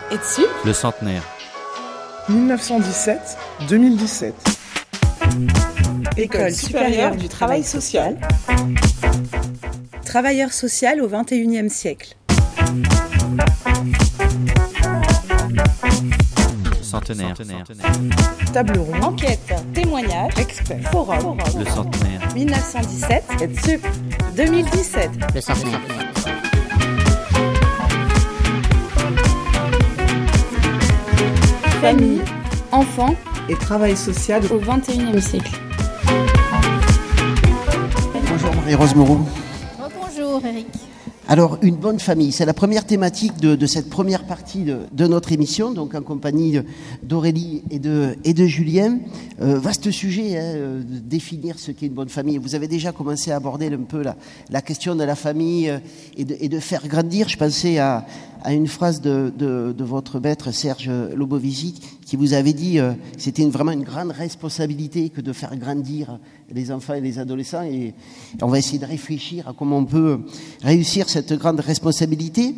Et dessus, le centenaire. 1917-2017. École supérieure du travail social. Travailleur social au XXIe siècle. Centenaire. Table ronde. Enquête, témoignage, Expert. forum. Le centenaire. 1917 Et dessus, 2017. Le centenaire. Famille, enfants Et travail social. au XXIe siècle. Bonjour Marie-Rose Moreau. Bonjour Eric. Alors, une bonne famille, c'est la première thématique de cette première partie de notre émission, donc en compagnie d'Aurélie et de Julien. Vaste sujet, de définir ce qu'est une bonne famille. Vous avez déjà commencé à aborder un peu la question de la famille et de faire grandir. Je pensais à une phrase de votre maître Serge Lobovici qui vous avait dit que c'était vraiment une grande responsabilité que de faire grandir les enfants et les adolescents, et on va essayer de réfléchir à comment on peut réussir cette grande responsabilité.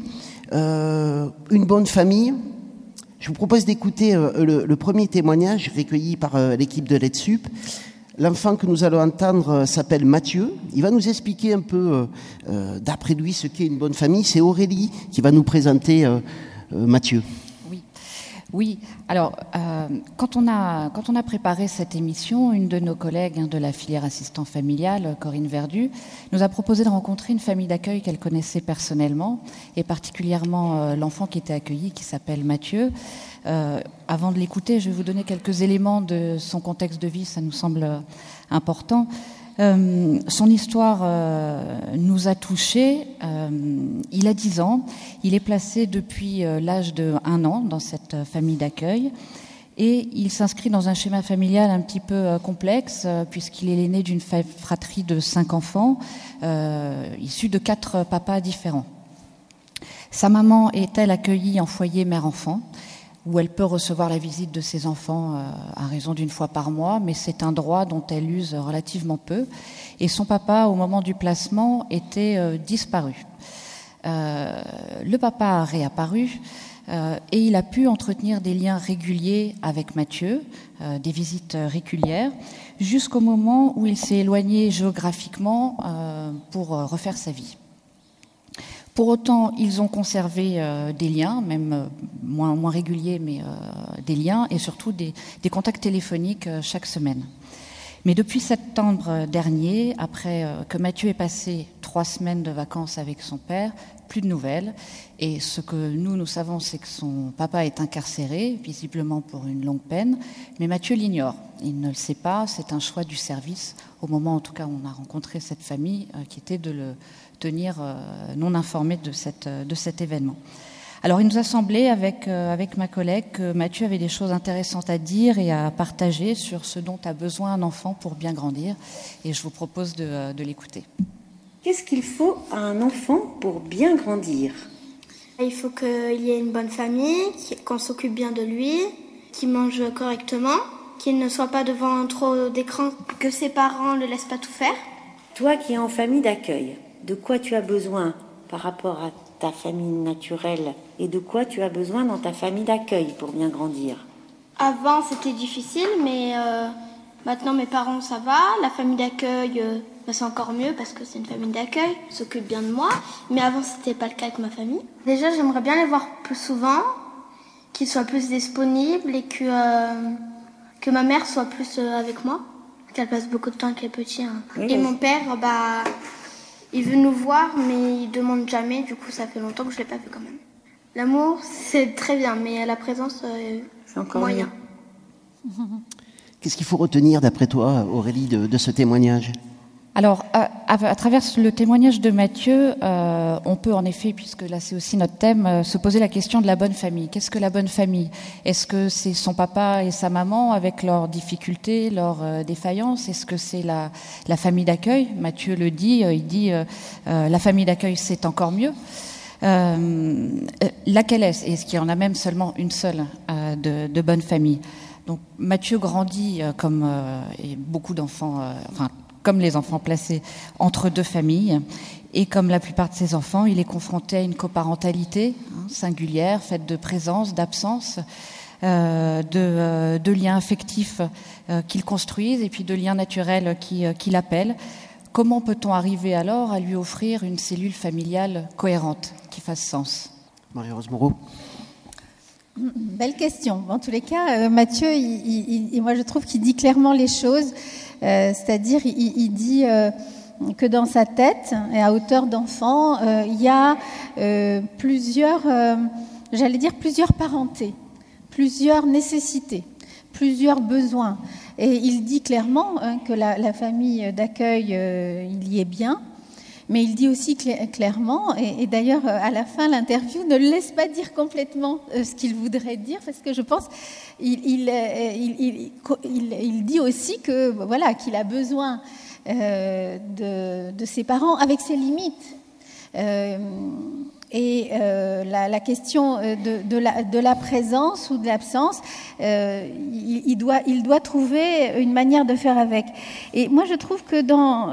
Une bonne famille. Je vous propose d'écouter le premier témoignage recueilli par l'équipe de l'EDSUP. L'enfant que nous allons entendre s'appelle Mathieu. Il va nous expliquer un peu, d'après lui, ce qu'est une bonne famille. C'est Aurélie qui va nous présenter Mathieu. Oui. Alors, quand on a préparé cette émission, une de nos collègues de la filière assistant familial, Corinne Verdu, nous a proposé de rencontrer une famille d'accueil qu'elle connaissait personnellement, et particulièrement l'enfant qui était accueilli, qui s'appelle Mathieu. Avant de l'écouter, je vais vous donner quelques éléments de son contexte de vie, ça nous semble important. Son histoire nous a touchés. Il a 10 ans. Il est placé depuis l'âge de 1 an dans cette famille d'accueil. Et il s'inscrit dans un schéma familial un petit peu complexe, puisqu'il est l'aîné d'une fratrie de 5 enfants, issus de 4 papas différents. Sa maman est-elle accueillie en foyer mère-enfant, où elle peut recevoir la visite de ses enfants à raison d'une fois par mois, mais c'est un droit dont elle use relativement peu. Et son papa, au moment du placement, était disparu. Le papa a réapparu et il a pu entretenir des liens réguliers avec Mathieu, des visites régulières, jusqu'au moment où il s'est éloigné géographiquement pour refaire sa vie. Pour autant, ils ont conservé des liens, même moins réguliers, mais des liens, et surtout des contacts téléphoniques chaque semaine. Mais depuis septembre dernier, après que Mathieu ait passé 3 semaines de vacances avec son père, plus de nouvelles. Et ce que nous savons, c'est que son papa est incarcéré, visiblement pour une longue peine, mais Mathieu l'ignore. Il ne le sait pas, c'est un choix du service, au moment en tout cas où on a rencontré cette famille, qui était de le tenir non informé de cet événement. Alors il nous a semblé avec ma collègue que Mathieu avait des choses intéressantes à dire et à partager sur ce dont a besoin un enfant pour bien grandir, et je vous propose de l'écouter. Qu'est-ce qu'il faut à un enfant pour bien grandir ? Il faut qu'il y ait une bonne famille, qu'on s'occupe bien de lui, qu'il mange correctement, qu'il ne soit pas devant trop d'écran, que ses parents ne le laissent pas tout faire. Toi qui es en famille d'accueil, de quoi tu as besoin par rapport à ta famille naturelle et de quoi tu as besoin dans ta famille d'accueil pour bien grandir ? Avant, c'était difficile, mais maintenant, mes parents, ça va. La famille d'accueil, c'est encore mieux parce que c'est une famille d'accueil, ils s'occupent bien de moi. Mais avant, c'était pas le cas avec ma famille. Déjà, j'aimerais bien les voir plus souvent, qu'ils soient plus disponibles et que ma mère soit plus avec moi, qu'elle passe beaucoup de temps avec les petits. Hein. Oui, et mon père, il veut nous voir, mais il demande jamais. Du coup, ça fait longtemps que je l'ai pas vu quand même. L'amour, c'est très bien, mais la présence, c'est encore moyen. Qu'est-ce qu'il faut retenir, d'après toi, Aurélie, de ce témoignage ? Alors, à travers le témoignage de Mathieu, on peut en effet, puisque là c'est aussi notre thème, se poser la question de la bonne famille. Qu'est-ce que la bonne famille ? Est-ce que c'est son papa et sa maman avec leurs difficultés, leurs défaillances ? Est-ce que c'est la famille d'accueil ? Mathieu le dit, il dit la famille d'accueil c'est encore mieux. Laquelle est-ce ? Est-ce qu'il y en a même seulement une seule de bonne famille ? Donc Mathieu grandit comme et beaucoup d'enfants, comme les enfants placés entre 2 familles. Et comme la plupart de ses enfants, il est confronté à une coparentalité singulière, faite de présence, d'absence, de liens affectifs qu'il construise et puis de liens naturels qui l'appellent. Comment peut-on arriver alors à lui offrir une cellule familiale cohérente, qui fasse sens ? Marie-Rose Moreau. Belle question. En tous les cas, Mathieu, moi je trouve qu'il dit clairement les choses. C'est-à-dire, il dit que dans sa tête, et à hauteur d'enfant, il y a plusieurs parentés, plusieurs nécessités, plusieurs besoins. Et il dit clairement que la famille d'accueil, il y est bien. Mais il dit aussi clairement, et d'ailleurs à la fin l'interview ne le laisse pas dire complètement ce qu'il voudrait dire, parce que je pense il dit aussi que voilà, qu'il a besoin de ses parents avec ses limites. La question de la présence ou de l'absence, il doit trouver une manière de faire avec. Et moi, je trouve que dans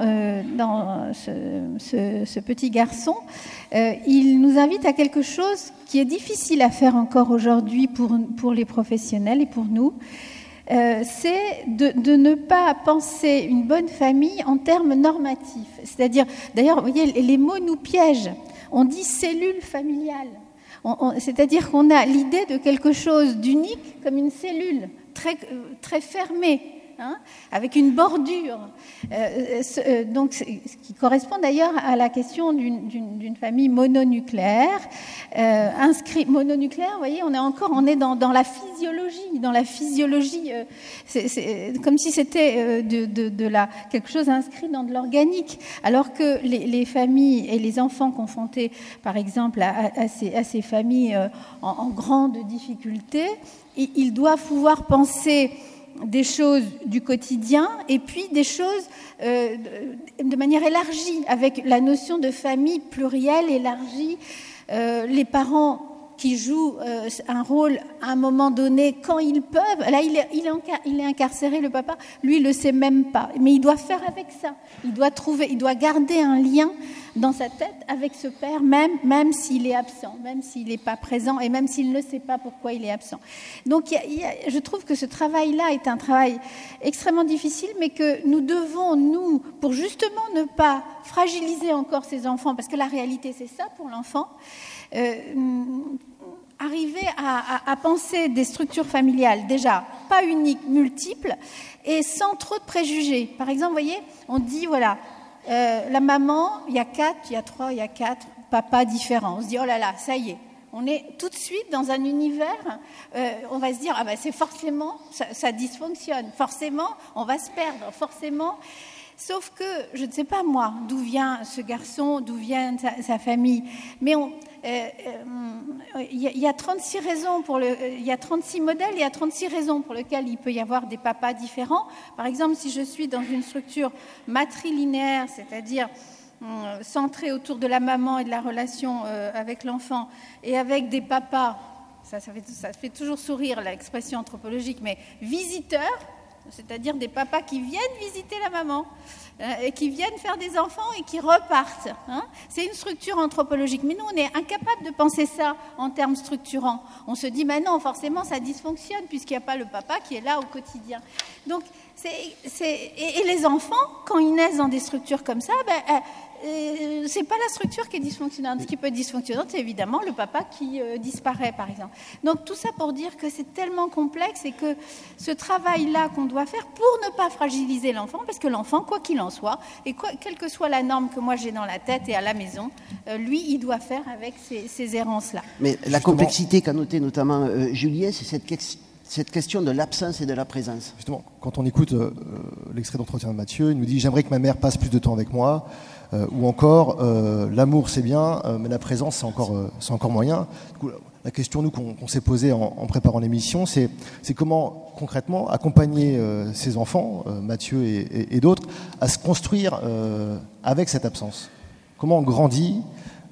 ce petit garçon, il nous invite à quelque chose qui est difficile à faire encore aujourd'hui pour les professionnels et pour nous. C'est de ne pas penser une bonne famille en termes normatifs. C'est-à-dire, d'ailleurs, vous voyez, les mots nous piègent. On dit cellule familiale. C'est-à-dire qu'on a l'idée de quelque chose d'unique comme une cellule très, très fermée, avec une bordure. Donc, ce qui correspond d'ailleurs à la question d'une famille mononucléaire. Mononucléaire, vous voyez, on est dans la physiologie. Dans la physiologie, c'est comme si c'était quelque chose inscrit dans de l'organique. Alors que les familles et les enfants confrontés, par exemple, à ces familles en grande difficulté, ils doivent pouvoir penser des choses du quotidien et puis des choses de manière élargie, avec la notion de famille plurielle élargie, les parents qui jouent un rôle à un moment donné quand ils peuvent. Là, il est incarcéré, le papa, lui, il le sait même pas, mais il doit faire avec ça. Il doit garder un lien dans sa tête avec ce père, même s'il est absent, même s'il n'est pas présent et même s'il ne sait pas pourquoi il est absent. Donc, je trouve que ce travail-là est un travail extrêmement difficile, mais que nous devons, pour justement ne pas fragiliser encore ces enfants, parce que la réalité, c'est ça pour l'enfant, arriver à penser des structures familiales, déjà pas uniques, multiples, et sans trop de préjugés. Par exemple, vous voyez, on dit, voilà, la maman, il y a 4 papas différents. On se dit, oh là là, ça y est, on est tout de suite dans un univers, on va se dire, ah ben c'est forcément, ça dysfonctionne, forcément, on va se perdre, forcément. Sauf que, je ne sais pas moi, d'où vient ce garçon, d'où vient sa famille, mais il y a 36 raisons il y a 36 modèles, il y a 36 raisons pour lesquelles il peut y avoir des papas différents. Par exemple, si je suis dans une structure matrilinéaire, c'est-à-dire centrée autour de la maman et de la relation avec l'enfant, et avec des papas, ça fait toujours sourire l'expression anthropologique, mais visiteurs, c'est-à-dire des papas qui viennent visiter la maman et qui viennent faire des enfants et qui repartent. C'est une structure anthropologique. Mais nous, on est incapable de penser ça en termes structurants. On se dit, mais non, forcément, ça dysfonctionne puisqu'il n'y a pas le papa qui est là au quotidien. Donc, et les enfants, quand ils naissent dans des structures comme ça, c'est pas la structure qui est dysfonctionnante. Ce qui peut être dysfonctionnant, c'est évidemment le papa qui disparaît, par exemple. Donc tout ça pour dire que c'est tellement complexe et que ce travail-là qu'on doit faire pour ne pas fragiliser l'enfant, parce que l'enfant, quoi qu'il en soit, et quelle que soit la norme que moi j'ai dans la tête et à la maison, lui, il doit faire avec ces errances-là. Mais la complexité qu'a noté notamment Julien, c'est cette question de l'absence et de la présence. Justement, quand on écoute l'extrait d'entretien de Mathieu, il nous dit « J'aimerais que ma mère passe plus de temps avec moi ». Ou encore, l'amour c'est bien, mais la présence c'est encore moyen. Du coup, la question qu'on s'est posée en préparant l'émission, c'est comment concrètement accompagner ces enfants, Mathieu et d'autres, à se construire avec cette absence. Comment on grandit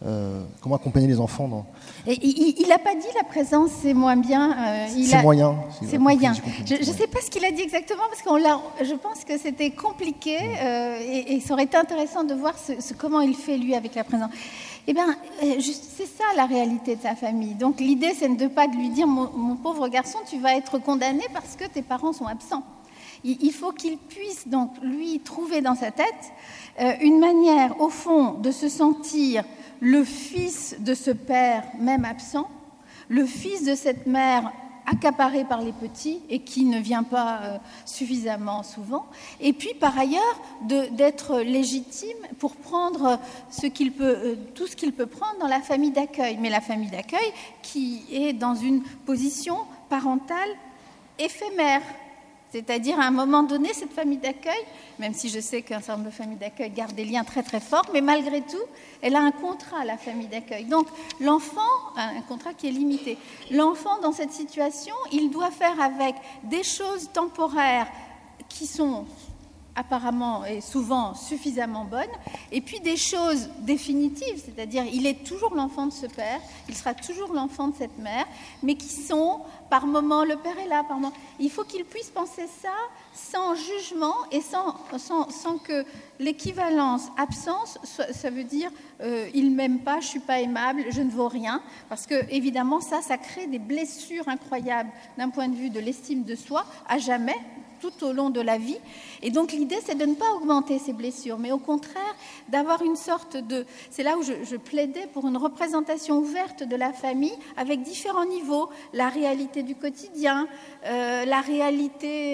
comment accompagner les enfants dans... Et il n'a pas dit la présence, c'est moins bien. C'est moyen. C'est moyen. Je ne sais pas ce qu'il a dit exactement, parce que je pense que c'était compliqué, et ça aurait été intéressant de voir comment il fait, lui, avec la présence. Eh bien, c'est ça la réalité de sa famille. Donc l'idée, c'est de ne pas lui dire, mon pauvre garçon, tu vas être condamné parce que tes parents sont absents. Il faut qu'il puisse, donc, lui, trouver dans sa tête une manière, au fond, de se sentir le fils de ce père, même absent, le fils de cette mère accaparée par les petits et qui ne vient pas suffisamment souvent, et puis par ailleurs d'être légitime pour prendre tout ce qu'il peut prendre dans la famille d'accueil, mais la famille d'accueil qui est dans une position parentale éphémère. C'est-à-dire, à un moment donné, cette famille d'accueil, même si je sais qu'un certain nombre de familles d'accueil gardent des liens très très forts, mais malgré tout, elle a un contrat, la famille d'accueil. Donc, l'enfant a un contrat qui est limité. L'enfant, dans cette situation, il doit faire avec des choses temporaires qui sont apparemment et souvent suffisamment bonnes, et puis des choses définitives, c'est-à-dire il est toujours l'enfant de ce père, il sera toujours l'enfant de cette mère, mais qui sont, par moments, le père est là, par moments. Il faut qu'il puisse penser ça sans jugement et sans que l'équivalence absence, ça veut dire il m'aime pas, je suis pas aimable, je ne vaux rien, parce que évidemment ça crée des blessures incroyables d'un point de vue de l'estime de soi à jamais, tout au long de la vie. Et donc l'idée, c'est de ne pas augmenter ces blessures, mais au contraire d'avoir une sorte de... C'est là où je plaidais pour une représentation ouverte de la famille avec différents niveaux, la réalité du quotidien, la réalité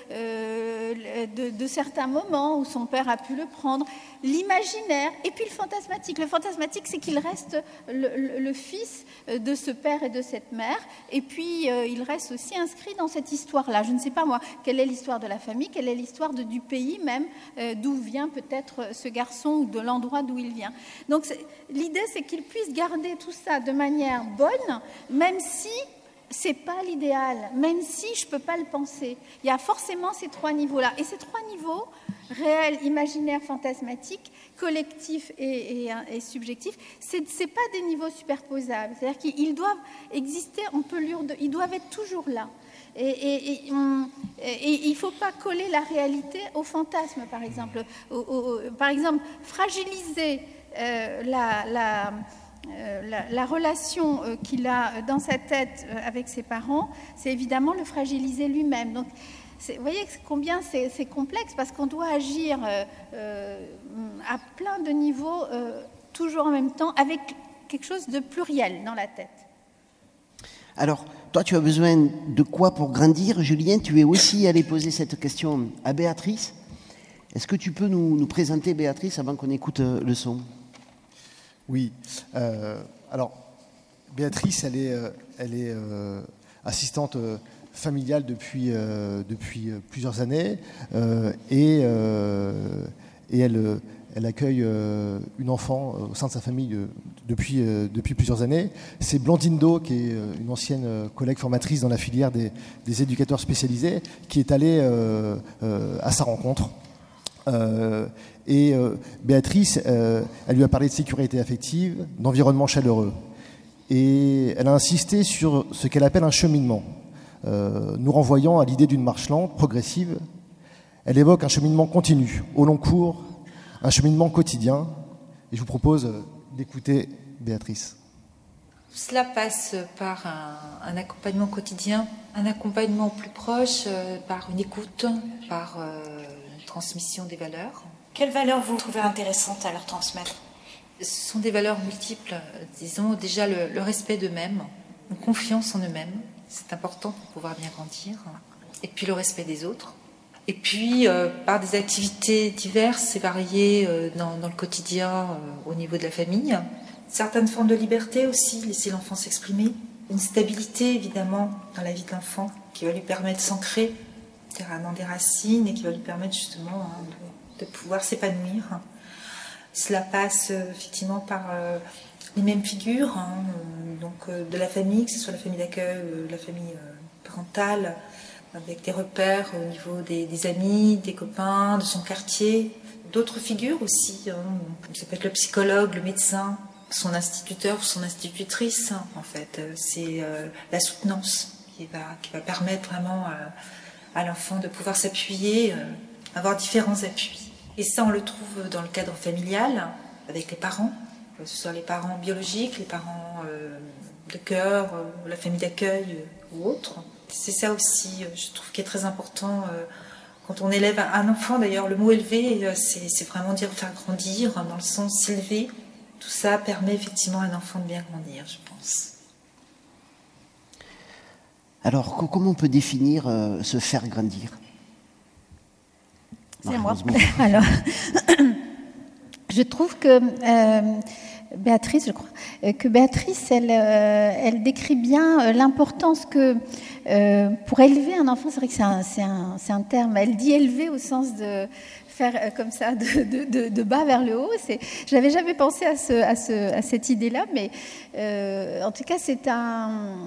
de certains moments où son père a pu le prendre, l'imaginaire, et puis le fantasmatique. Le fantasmatique, c'est qu'il reste le fils de ce père et de cette mère, et puis il reste aussi inscrit dans cette histoire-là. Je ne sais pas moi, quelle est l'histoire de la famille, quelle est l'histoire du pays même, d'où vient peut-être ce garçon ou de l'endroit d'où il vient. Donc l'idée, c'est qu'il puisse garder tout ça de manière bonne, même si c'est pas l'idéal, même si je peux pas le penser. Il y a forcément ces trois niveaux-là. Et ces trois niveaux, réel, imaginaire, fantasmatique, collectif et subjectif, c'est pas des niveaux superposables. C'est-à-dire qu'ils doivent exister, ils doivent être toujours là. Et il ne faut pas coller la réalité au fantasme, par exemple. Par exemple, fragiliser la relation qu'il a dans sa tête avec ses parents, c'est évidemment le fragiliser lui-même. Donc, vous voyez combien c'est complexe, parce qu'on doit agir à plein de niveaux, toujours en même temps, avec quelque chose de pluriel dans la tête. Alors, toi, tu as besoin de quoi pour grandir? Julien, tu es aussi allé poser cette question à Béatrice. Est-ce que tu peux nous présenter Béatrice avant qu'on écoute le son? Oui. Alors, Béatrice, elle est assistante familiale depuis plusieurs années et elle accueille une enfant au sein de sa famille depuis plusieurs années. C'est Blandine Do, qui est une ancienne collègue formatrice dans la filière des éducateurs spécialisés, qui est allée à sa rencontre. Béatrice, elle lui a parlé de sécurité affective, d'environnement chaleureux. Et elle a insisté sur ce qu'elle appelle un cheminement, nous renvoyant à l'idée d'une marche lente, progressive. Elle évoque un cheminement continu, au long cours, un cheminement quotidien. Et je vous propose d'écouter Béatrice. Cela passe par un accompagnement quotidien, un accompagnement plus proche, par une écoute, par une transmission des valeurs. Quelles valeurs vous trouvez intéressantes à leur transmettre? Ce sont des valeurs multiples, disons déjà le respect d'eux-mêmes, une confiance en eux-mêmes, c'est important pour pouvoir bien grandir, et puis le respect des autres. Et puis, par des activités diverses et variées dans le quotidien, au niveau de la famille. Certaines formes de liberté aussi, laisser l'enfant s'exprimer. Une stabilité, évidemment, dans la vie de l'enfant, qui va lui permettre de s'ancrer dans des racines et qui va lui permettre justement de pouvoir s'épanouir. Cela passe effectivement par les mêmes figures, donc de la famille, que ce soit la famille d'accueil, la famille parentale, avec des repères au niveau des amis, des copains, de son quartier, d'autres figures aussi. Ça peut être le psychologue, le médecin, son instituteur ou son institutrice, en fait. C'est la soutenance qui va permettre vraiment à l'enfant de pouvoir s'appuyer, avoir différents appuis. Et ça, on le trouve dans le cadre familial, avec les parents, que ce soit les parents biologiques, les parents de cœur, la famille d'accueil ou autres. C'est ça aussi, je trouve, qui est très important quand on élève un enfant. D'ailleurs, le mot élever, c'est vraiment dire faire grandir, dans le sens élever. Tout ça permet effectivement à un enfant de bien grandir, je pense. Alors, comment on peut définir se faire grandir ? C'est moi. Alors, je trouve que Béatrice, elle décrit bien l'importance que pour élever un enfant, c'est vrai que c'est un terme, elle dit élever au sens de faire comme ça de bas vers le haut. J'avais jamais pensé à cette idée-là, mais en tout cas c'est un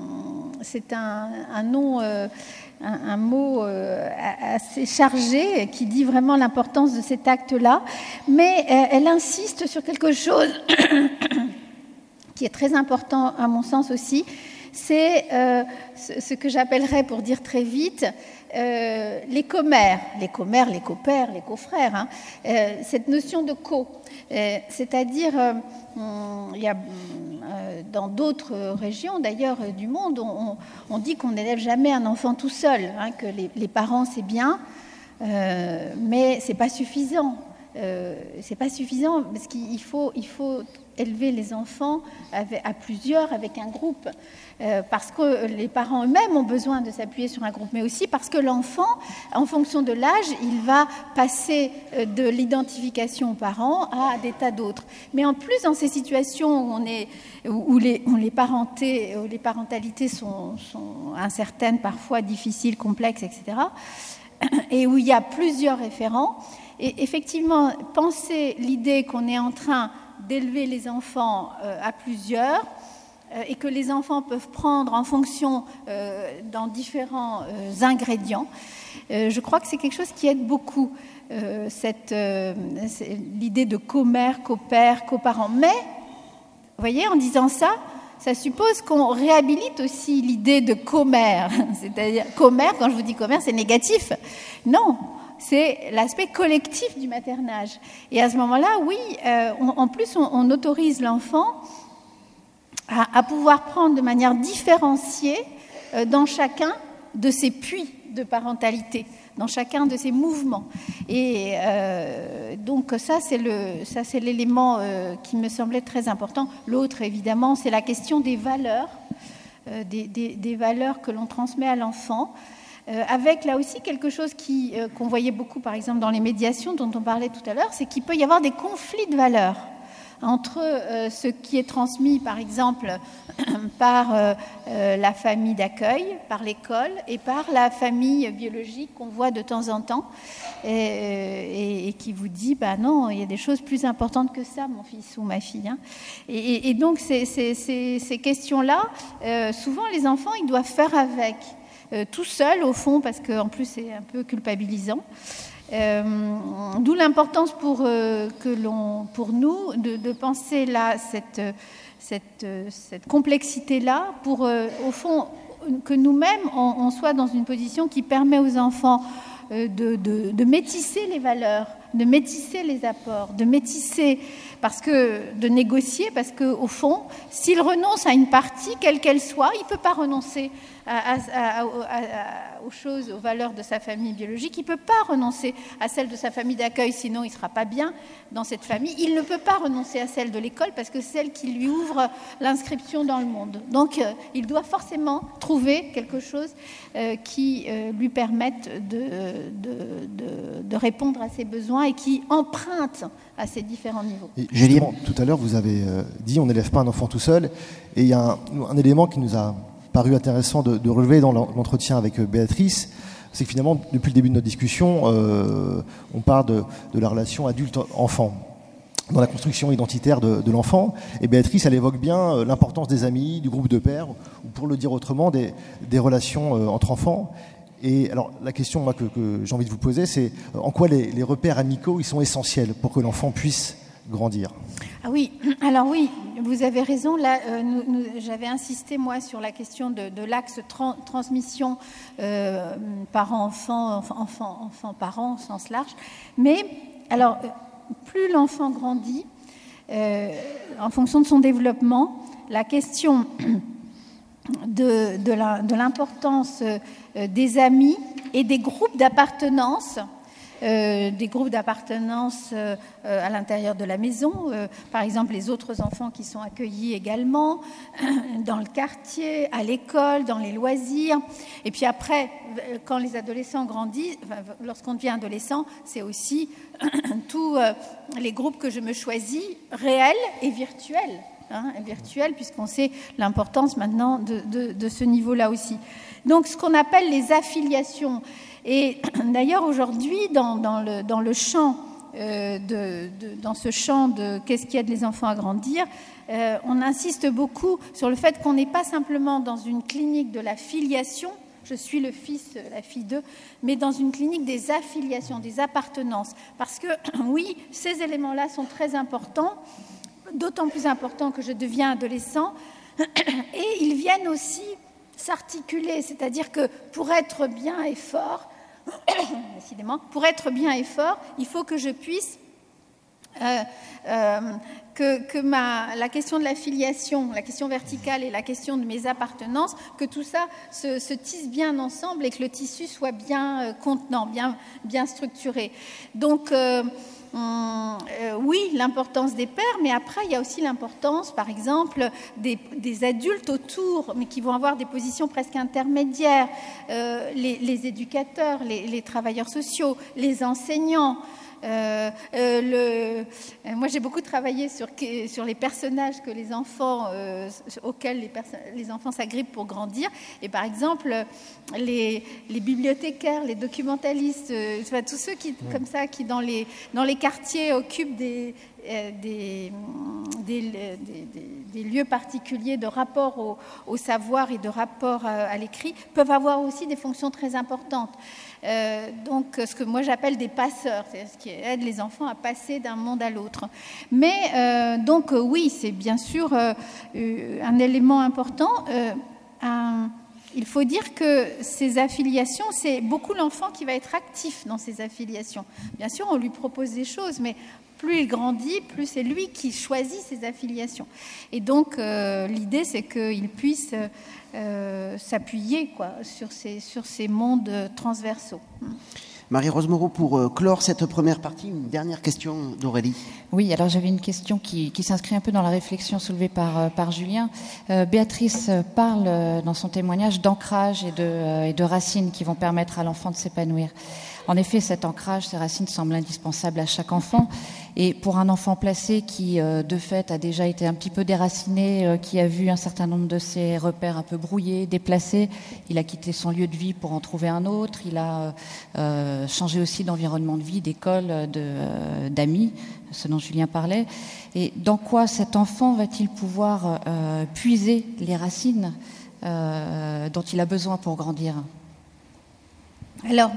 nom, un mot assez chargé qui dit vraiment l'importance de cet acte-là, mais elle insiste sur quelque chose qui est très important à mon sens aussi. C'est ce que j'appellerais, pour dire très vite, les commères, les compères, les cofrères, hein, cette notion de c'est-à-dire, il y a dans d'autres régions d'ailleurs du monde, on dit qu'on n'élève jamais un enfant tout seul, hein, que les parents c'est bien, mais c'est pas suffisant. C'est pas suffisant parce qu'il faut élever les enfants à plusieurs, avec un groupe, parce que les parents eux-mêmes ont besoin de s'appuyer sur un groupe, mais aussi parce que l'enfant, en fonction de l'âge, il va passer de l'identification aux parents à des tas d'autres. Mais en plus, dans ces situations où les parentalités sont incertaines, parfois difficiles, complexes, etc., et où il y a plusieurs référents, et effectivement, penser l'idée qu'on est en train d'élever les enfants à plusieurs et que les enfants peuvent prendre en fonction dans différents ingrédients, je crois que c'est quelque chose qui aide beaucoup l'idée de commère, copère, coparent. Mais, vous voyez, en disant ça suppose qu'on réhabilite aussi l'idée de commère. C'est-à-dire, commère, quand je vous dis commère, c'est négatif. Non, c'est l'aspect collectif du maternage. Et à ce moment-là, oui, en plus, on autorise l'enfant à pouvoir prendre de manière différenciée dans chacun de ses puits de parentalité, dans chacun de ses mouvements. Et donc ça, c'est l'élément qui me semblait très important. L'autre, évidemment, c'est la question des valeurs, des valeurs que l'on transmet à l'enfant, avec là aussi quelque chose qu'on voyait beaucoup, par exemple, dans les médiations dont on parlait tout à l'heure, c'est qu'il peut y avoir des conflits de valeurs entre ce qui est transmis, par exemple, par la famille d'accueil, par l'école et par la famille biologique qu'on voit de temps en temps et qui vous dit non, il y a des choses plus importantes que ça, mon fils ou ma fille, hein. Et donc ces questions-là, souvent les enfants ils doivent faire avec, tout seuls au fond, parce qu'en plus c'est un peu culpabilisant. D'où l'importance pour nous de penser là cette complexité-là, pour au fond que nous-mêmes on soit dans une position qui permet aux enfants de métisser les valeurs, de métisser les apports, de négocier, parce que au fond, s'il renonce à une partie, quelle qu'elle soit, il ne peut pas renoncer aux choses, aux valeurs de sa famille biologique. Il ne peut pas renoncer à celle de sa famille d'accueil, sinon il ne sera pas bien dans cette famille. Il ne peut pas renoncer à celle de l'école, parce que c'est celle qui lui ouvre l'inscription dans le monde. Donc, il doit forcément trouver quelque chose qui lui permette de répondre à ses besoins et qui emprunte à ces différents niveaux. Et justement, tout à l'heure, vous avez dit on n'élève pas un enfant tout seul. Et il y a un élément qui nous a paru intéressant de relever dans l'entretien avec Béatrice, c'est que finalement, depuis le début de notre discussion, on parle de la relation adulte-enfant dans la construction identitaire de l'enfant. Et Béatrice, elle évoque bien l'importance des amis, du groupe de pairs, ou pour le dire autrement, des relations entre enfants. Et alors, la question moi, que j'ai envie de vous poser, c'est en quoi les repères amicaux ils sont essentiels pour que l'enfant puisse grandir ? Ah oui, alors oui, vous avez raison. Là, j'avais insisté, moi, sur la question de l'axe transmission parent-enfant, enfant-parent, au sens large. Mais, alors, plus l'enfant grandit, en fonction de son développement, la question de l'importance des amis et des groupes d'appartenance, à l'intérieur de la maison, par exemple les autres enfants qui sont accueillis également, dans le quartier, à l'école, dans les loisirs. Et puis après, quand les adolescents grandissent, lorsqu'on devient adolescent, c'est aussi tous les groupes que je me choisis, réels et virtuels. Virtuel, puisqu'on sait l'importance maintenant de ce niveau-là aussi. Donc, ce qu'on appelle les affiliations. Et d'ailleurs, aujourd'hui, dans le champ, dans ce champ de qu'est-ce qui aide les enfants à grandir, on insiste beaucoup sur le fait qu'on n'est pas simplement dans une clinique de la filiation, je suis le fils, la fille d'eux, mais dans une clinique des affiliations, des appartenances. Parce que, oui, ces éléments-là sont très importants, d'autant plus important que je deviens adolescent, et ils viennent aussi s'articuler, c'est-à-dire que pour être bien et fort, décidément, pour être bien et fort, il faut que je puisse la question de la filiation, la question verticale et la question de mes appartenances, que tout ça se tisse bien ensemble et que le tissu soit bien contenant, bien structuré. Donc, oui, l'importance des pères, mais après, il y a aussi l'importance, par exemple, des adultes autour, mais qui vont avoir des positions presque intermédiaires, les éducateurs, les travailleurs sociaux, les enseignants. Moi, j'ai beaucoup travaillé sur les personnages que les enfants, auxquels les enfants s'agrippent pour grandir. Et par exemple, les bibliothécaires, les documentalistes, tous ceux qui, comme ça, qui dans les quartiers occupent des lieux particuliers de rapport au savoir et de rapport à l'écrit, peuvent avoir aussi des fonctions très importantes. Donc, ce que moi j'appelle des passeurs, c'est ce qui aide les enfants à passer d'un monde à l'autre. Mais donc oui, c'est bien sûr un élément important. Il faut dire que ces affiliations, c'est beaucoup l'enfant qui va être actif dans ces affiliations. Bien sûr, on lui propose des choses, mais plus il grandit, plus c'est lui qui choisit ses affiliations. Et donc, l'idée, c'est qu'il puisse s'appuyer sur ces mondes transversaux. Marie-Rose Moreau, pour clore cette première partie, une dernière question d'Aurélie. Oui, alors j'avais une question qui s'inscrit un peu dans la réflexion soulevée par Julien. Béatrice parle dans son témoignage d'ancrage et de racines qui vont permettre à l'enfant de s'épanouir. En effet, cet ancrage, ces racines semblent indispensables à chaque enfant. Et pour un enfant placé qui, de fait, a déjà été un petit peu déraciné, qui a vu un certain nombre de ses repères un peu brouillés, déplacés, il a quitté son lieu de vie pour en trouver un autre. Il a changé aussi d'environnement de vie, d'école, d'amis, ce dont Julien parlait. Et dans quoi cet enfant va-t-il pouvoir puiser les racines dont il a besoin pour grandir ? Alors,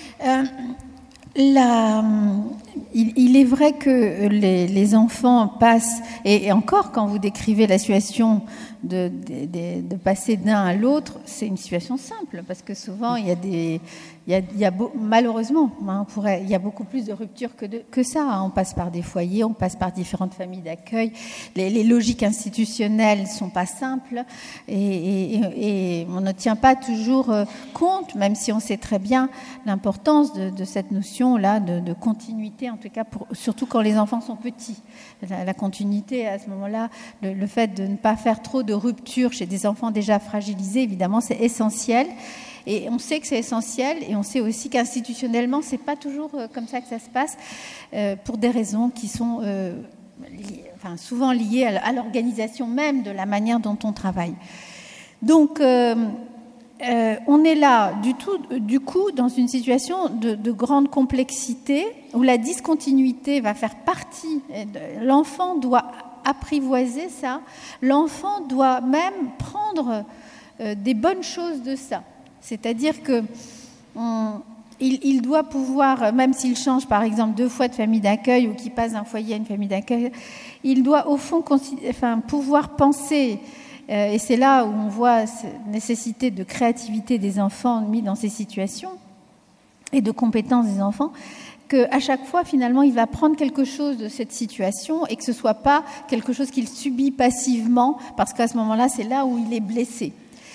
il est vrai que les enfants passent, et encore quand vous décrivez la situation de passer d'un à l'autre, c'est une situation simple, parce que souvent il y a malheureusement, il y a beaucoup plus de ruptures que ça. On passe par des foyers, on passe par différentes familles d'accueil. Les logiques institutionnelles ne sont pas simples et on ne tient pas toujours compte, même si on sait très bien l'importance de cette notion-là de continuité, en tout cas surtout quand les enfants sont petits. La continuité, à ce moment-là, le fait de ne pas faire trop de ruptures chez des enfants déjà fragilisés, évidemment, c'est essentiel. Et on sait que c'est essentiel, et on sait aussi qu'institutionnellement, c'est pas toujours comme ça que ça se passe, pour des raisons qui sont souvent liées à l'organisation même de la manière dont on travaille. Donc, on est là, du coup, dans une situation de grande complexité, où la discontinuité va faire partie. L'enfant doit apprivoiser ça. L'enfant doit même prendre des bonnes choses de ça. C'est-à-dire que il doit pouvoir, même s'il change par exemple 2 fois de famille d'accueil ou qu'il passe d'un foyer à une famille d'accueil, il doit au fond pouvoir penser, et c'est là où on voit cette nécessité de créativité des enfants mis dans ces situations et de compétences des enfants, qu'à chaque fois, finalement, il va prendre quelque chose de cette situation et que ce ne soit pas quelque chose qu'il subit passivement, parce qu'à ce moment-là, c'est là où il est blessé.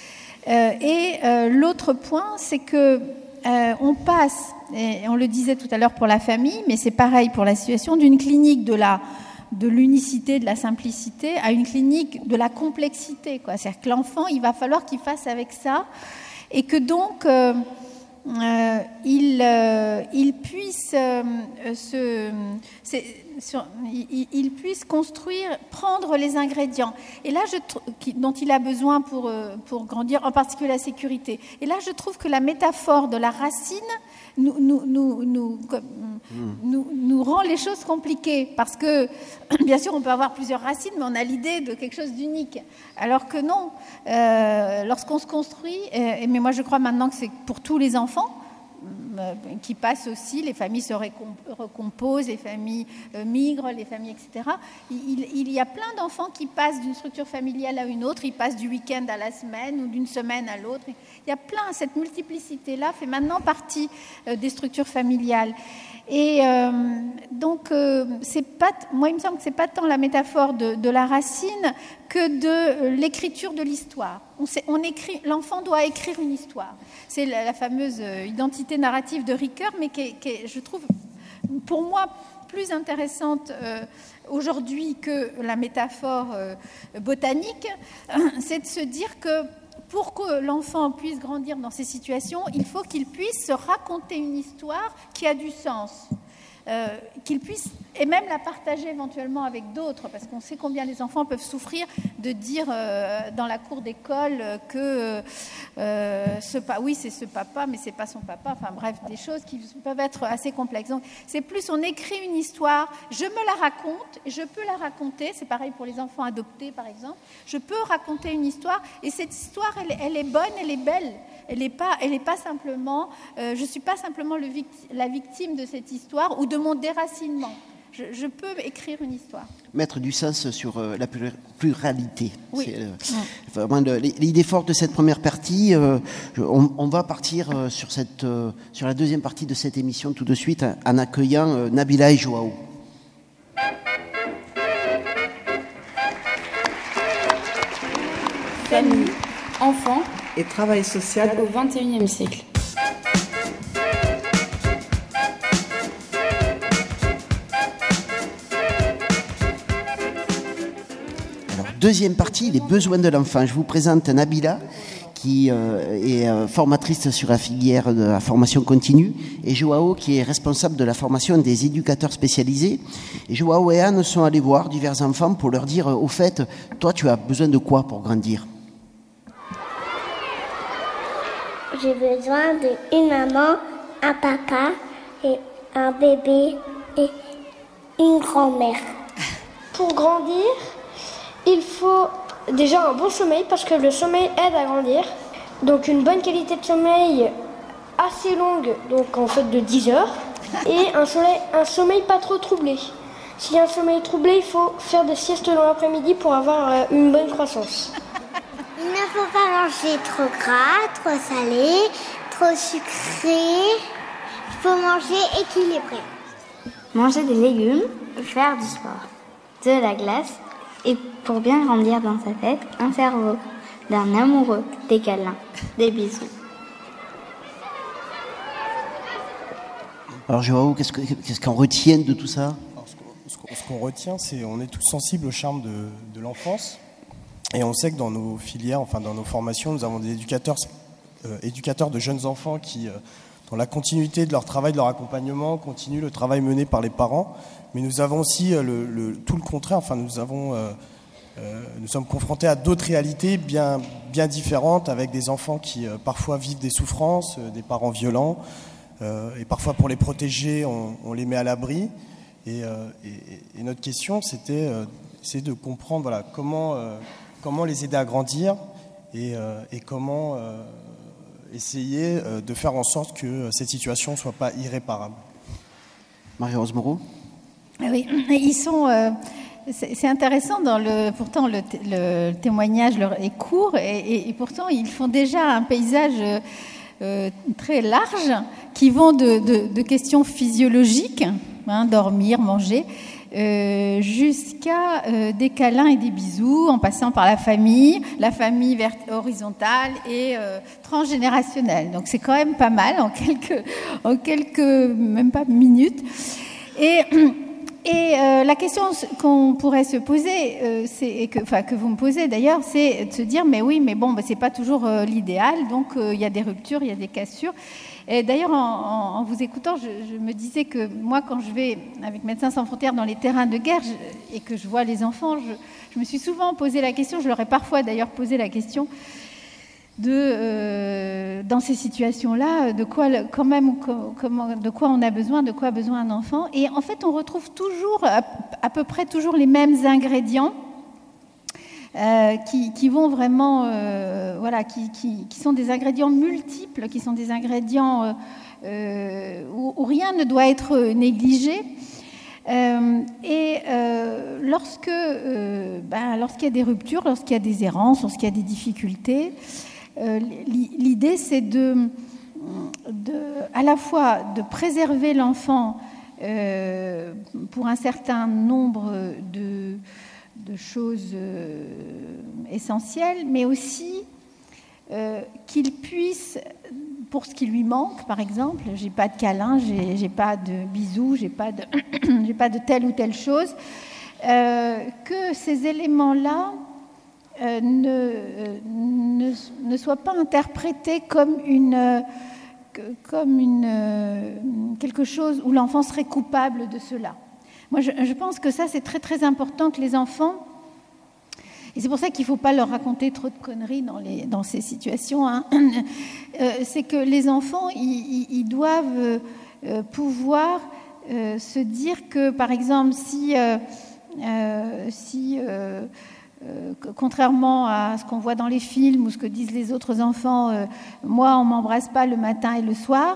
L'autre point, c'est que on passe, et on le disait tout à l'heure pour la famille, mais c'est pareil pour la situation, d'une clinique de l'unicité, de la simplicité, à une clinique de la complexité, quoi. C'est-à-dire que l'enfant, il va falloir qu'il fasse avec ça, et que donc il puisse construire, prendre les ingrédients. Et là, dont il a besoin pour grandir, en particulier la sécurité. Et là, je trouve que la métaphore de la racine nous rend les choses compliquées. Parce que, bien sûr, on peut avoir plusieurs racines, mais on a l'idée de quelque chose d'unique. Alors que non, lorsqu'on se construit, mais moi je crois maintenant que c'est pour tous les enfants, qui passent aussi, les familles se recomposent, les familles migrent, les familles, etc. Il y a plein d'enfants qui passent d'une structure familiale à une autre, ils passent du week-end à la semaine ou d'une semaine à l'autre. Il y a plein, cette multiplicité-là fait maintenant partie des structures familiales. Et donc, moi, il me semble que ce n'est pas tant la métaphore de la racine que de l'écriture de l'histoire. L'enfant doit écrire une histoire. C'est la fameuse identité narrative de Ricoeur, mais qui est, je trouve, pour moi, plus intéressante aujourd'hui que la métaphore botanique. C'est de se dire que pour que l'enfant puisse grandir dans ces situations, il faut qu'il puisse se raconter une histoire qui a du sens. Qu'il puisse, et même la partager éventuellement avec d'autres, parce qu'on sait combien les enfants peuvent souffrir de dire dans la cour d'école que oui, c'est ce papa, mais c'est pas son papa. Enfin bref, des choses qui peuvent être assez complexes. Donc c'est plus, on écrit une histoire, je me la raconte, je peux la raconter. C'est pareil pour les enfants adoptés, par exemple. Je peux raconter une histoire, et cette histoire, elle est bonne, elle est belle. Elle n'est pas simplement, je suis pas simplement la victime de cette histoire ou de mon déracinement. Je peux écrire une histoire. Mettre du sens sur la pluralité. Oui. C'est vraiment l'idée forte de cette première partie. On va partir sur la deuxième partie de cette émission tout de suite en accueillant Nabila et Joao. Famille, enfants et travail social au XXIe siècle. Alors, deuxième partie, les besoins de l'enfant. Je vous présente Nabila, qui est formatrice sur la filière de la formation continue, et Joao, qui est responsable de la formation des éducateurs spécialisés. Et Joao et Anne sont allés voir divers enfants pour leur dire, au fait, toi, tu as besoin de quoi pour grandir ? J'ai besoin d'une maman, un papa, et un bébé et une grand-mère. Pour grandir, il faut déjà un bon sommeil parce que le sommeil aide à grandir. Donc une bonne qualité de sommeil assez longue, donc en fait de 10 heures. Et un sommeil pas trop troublé. S'il y a un sommeil troublé, il faut faire des siestes dans l'après-midi pour avoir une bonne croissance. Il ne faut pas manger trop gras, trop salé, trop sucré. Il faut manger équilibré. Manger des légumes, faire du sport, de la glace et pour bien grandir dans sa tête, un cerveau, d'un amoureux, des câlins, des bisous. Alors Joao, qu'est-ce qu'on retient de tout ça ? Alors, ce qu'on retient, c'est qu'on est tous sensibles au charme de l'enfance. Et on sait que dans nos filières, enfin dans nos formations, nous avons des éducateurs de jeunes enfants qui, dans la continuité de leur travail, de leur accompagnement, continuent le travail mené par les parents. Mais nous avons aussi tout le contraire. Enfin, nous sommes confrontés à d'autres réalités bien différentes, avec des enfants qui parfois vivent des souffrances, des parents violents, et parfois pour les protéger, on les met à l'abri. Et notre question, c'est de comprendre, voilà, comment les aider à grandir et comment essayer de faire en sorte que cette situation ne soit pas irréparable. Marie-Rose Moreau. Oui, ils sont... c'est intéressant, pourtant le témoignage est court et pourtant ils font déjà un paysage très large qui vont de questions physiologiques, dormir, manger, jusqu'à des câlins et des bisous, en passant par la famille horizontale et transgénérationnelle. Donc c'est quand même pas mal en quelques même pas minutes. Et la question qu'on pourrait se poser, que vous me posez d'ailleurs, c'est de se dire mais oui, mais bon, c'est pas toujours l'idéal, donc il y a des ruptures, il y a des cassures. Et d'ailleurs, en vous écoutant, je me disais que moi, quand je vais avec Médecins sans frontières dans les terrains de guerre et que je vois les enfants, je me suis souvent posé la question, je leur ai parfois d'ailleurs posé la question dans ces situations-là, de quoi quand même, de quoi on a besoin, de quoi a besoin un enfant. Et en fait, on retrouve toujours, à peu près toujours les mêmes ingrédients qui vont vraiment, qui sont des ingrédients multiples, qui sont des ingrédients où rien ne doit être négligé. Lorsqu'il y a des ruptures, lorsqu'il y a des errances, lorsqu'il y a des difficultés, l'idée c'est à la fois de préserver l'enfant pour un certain nombre de choses essentielles, mais aussi qu'il puisse, pour ce qui lui manque, par exemple, j'ai pas de câlin, j'ai pas de bisous, j'ai pas de telle ou telle chose, que ces éléments-là ne soient pas interprétés comme quelque chose où l'enfant serait coupable de cela. Moi, je pense que ça, c'est très très important que les enfants, et c'est pour ça qu'il ne faut pas leur raconter trop de conneries dans ces situations, c'est que les enfants, ils doivent pouvoir se dire que, par exemple, si contrairement à ce qu'on voit dans les films ou ce que disent les autres enfants, moi, on ne m'embrasse pas le matin et le soir,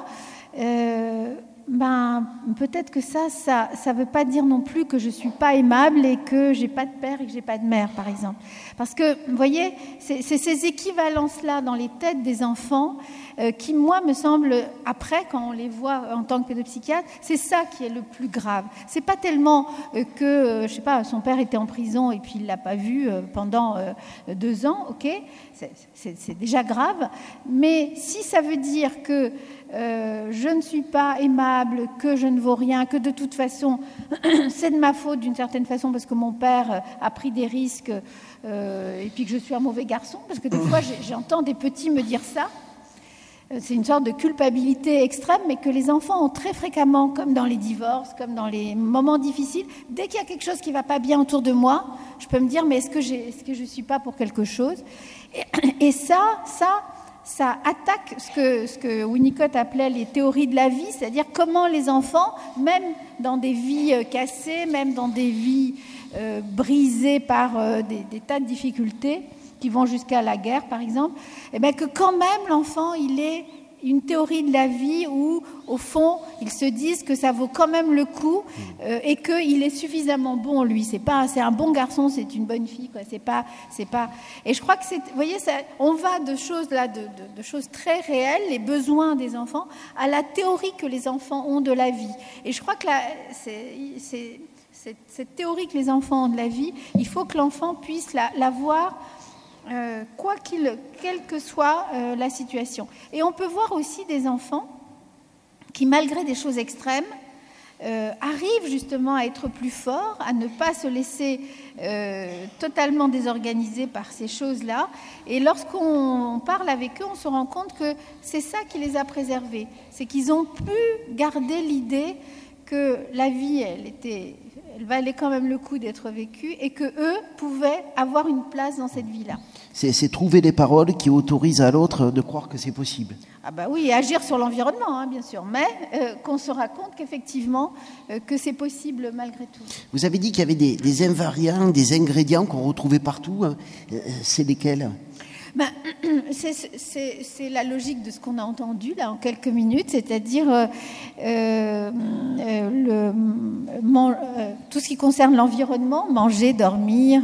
peut-être que ça veut pas dire non plus que je suis pas aimable et que j'ai pas de père et que j'ai pas de mère, par exemple. Parce que, vous voyez, c'est ces équivalences-là dans les têtes des enfants qui, moi, me semblent, après, quand on les voit en tant que pédopsychiatre, c'est ça qui est le plus grave. C'est pas tellement que, je sais pas, son père était en prison et puis il l'a pas vu pendant 2 ans, ok, c'est déjà grave, mais si ça veut dire que je ne suis pas aimable, que je ne vaux rien, que de toute façon c'est de ma faute d'une certaine façon parce que mon père a pris des risques et puis que je suis un mauvais garçon, parce que des fois j'entends des petits me dire ça, c'est une sorte de culpabilité extrême, mais que les enfants ont très fréquemment, comme dans les divorces, comme dans les moments difficiles. Dès qu'il y a quelque chose qui ne va pas bien autour de moi, je peux me dire mais est-ce que je ne suis pas pour quelque chose, et ça attaque ce que Winnicott appelait les théories de la vie, c'est-à-dire comment les enfants, même dans des vies cassées, même dans des vies brisées par des tas de difficultés qui vont jusqu'à la guerre, par exemple, que quand même l'enfant, il ait une théorie de la vie où, au fond, ils se disent que ça vaut quand même le coup et qu'il est suffisamment bon, lui. C'est un bon garçon, c'est une bonne fille, quoi. C'est pas. Et je crois que vous voyez, on va de choses là, de choses très réelles, les besoins des enfants, à la théorie que les enfants ont de la vie. Et je crois que cette théorie que les enfants ont de la vie, il faut que l'enfant puisse la voir. Quelle que soit la situation. Et on peut voir aussi des enfants qui, malgré des choses extrêmes, arrivent justement à être plus forts, à ne pas se laisser totalement désorganiser par ces choses-là. Et lorsqu'on parle avec eux, on se rend compte que c'est ça qui les a préservés. C'est qu'ils ont pu garder l'idée que la vie, elle valait quand même le coup d'être vécue et qu'eux pouvaient avoir une place dans cette vie-là. C'est trouver les paroles qui autorisent à l'autre de croire que c'est possible. Ah bah oui, et agir sur l'environnement, bien sûr, mais qu'on se raconte qu'effectivement, que c'est possible malgré tout. Vous avez dit qu'il y avait des invariants, des ingrédients qu'on retrouvait partout. C'est lesquels ? C'est la logique de ce qu'on a entendu là en quelques minutes, c'est-à-dire tout ce qui concerne l'environnement, manger, dormir,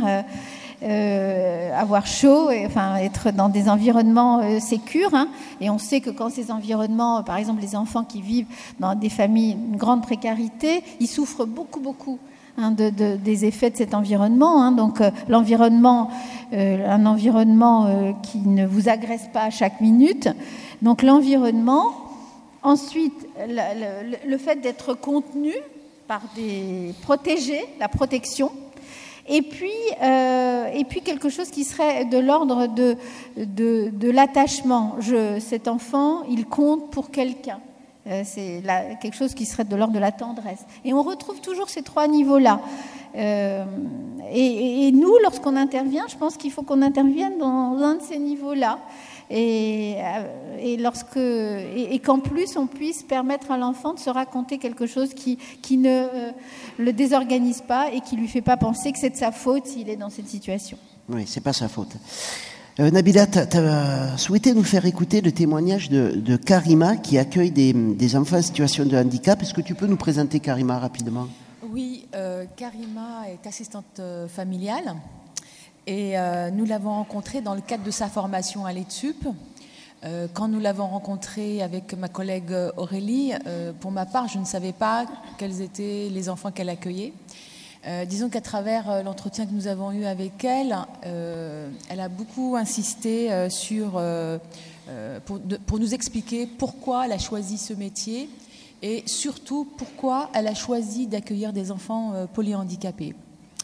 avoir chaud, être dans des environnements sécures. Hein. Et on sait que quand ces environnements, par exemple les enfants qui vivent dans des familles d'une grande précarité, ils souffrent beaucoup. Des effets de cet environnement. Hein. Donc l'environnement, un environnement qui ne vous agresse pas à chaque minute. Donc l'environnement. Ensuite, le fait d'être contenu par des protégés, la protection. Et puis quelque chose qui serait de l'ordre de l'attachement. Cet enfant, il compte pour quelqu'un. C'est quelque chose qui serait de l'ordre de la tendresse. Et on retrouve toujours ces trois niveaux-là. Et nous, lorsqu'on intervient, je pense qu'il faut qu'on intervienne dans un de ces niveaux-là. Et qu'en plus, on puisse permettre à l'enfant de se raconter quelque chose qui ne le désorganise pas et qui ne lui fait pas penser que c'est de sa faute s'il est dans cette situation. Oui, c'est pas sa faute. Nabila, tu as souhaité nous faire écouter le témoignage de Karima qui accueille des enfants en situation de handicap. Est-ce que tu peux nous présenter Karima rapidement ? Oui, Karima est assistante familiale et nous l'avons rencontrée dans le cadre de sa formation à l'ETSUP. Quand nous l'avons rencontrée avec ma collègue Aurélie, pour ma part, je ne savais pas quels étaient les enfants qu'elle accueillait. Disons qu'à travers l'entretien que nous avons eu avec elle, elle a beaucoup insisté pour nous expliquer pourquoi elle a choisi ce métier et surtout pourquoi elle a choisi d'accueillir des enfants polyhandicapés.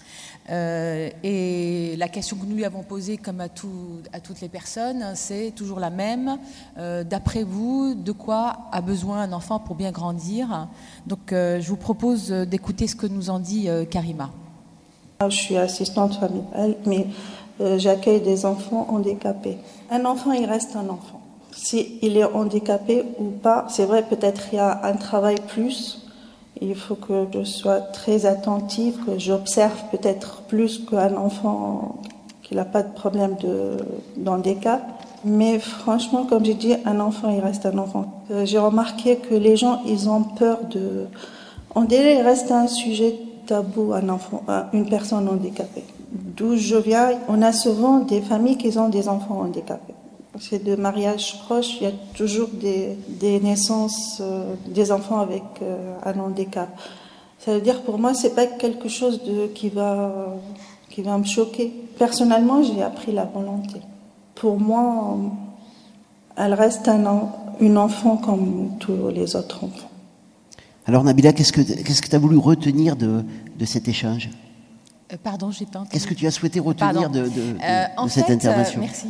Et la question que nous lui avons posée, comme à toutes les personnes, c'est toujours la même. D'après vous, de quoi a besoin un enfant pour bien grandir ? Donc, je vous propose d'écouter ce que nous en dit Karima. Je suis assistante familiale, mais j'accueille des enfants handicapés. Un enfant, il reste un enfant. S'il est handicapé ou pas, c'est vrai, peut-être il y a un travail plus. Il faut que je sois très attentive, que j'observe peut-être plus qu'un enfant qui n'a pas de problème d'handicap. Mais franchement, comme j'ai dit, un enfant, il reste un enfant. J'ai remarqué que les gens, ils ont peur de... On dirait qu'il reste un sujet tabou, un enfant, une personne handicapée. D'où je viens, on a souvent des familles qui ont des enfants handicapés. C'est de mariages proches, il y a toujours des naissances, des enfants avec un handicap. Ça veut dire, pour moi, c'est pas quelque chose qui va me choquer. Personnellement, j'ai appris la volonté. Pour moi, elle reste une enfant comme tous les autres enfants. Alors Nabila, qu'est-ce que tu as voulu retenir de cet échange ? Pardon, j'ai pas entendu. Qu'est-ce que tu as souhaité retenir de cette intervention ? Merci.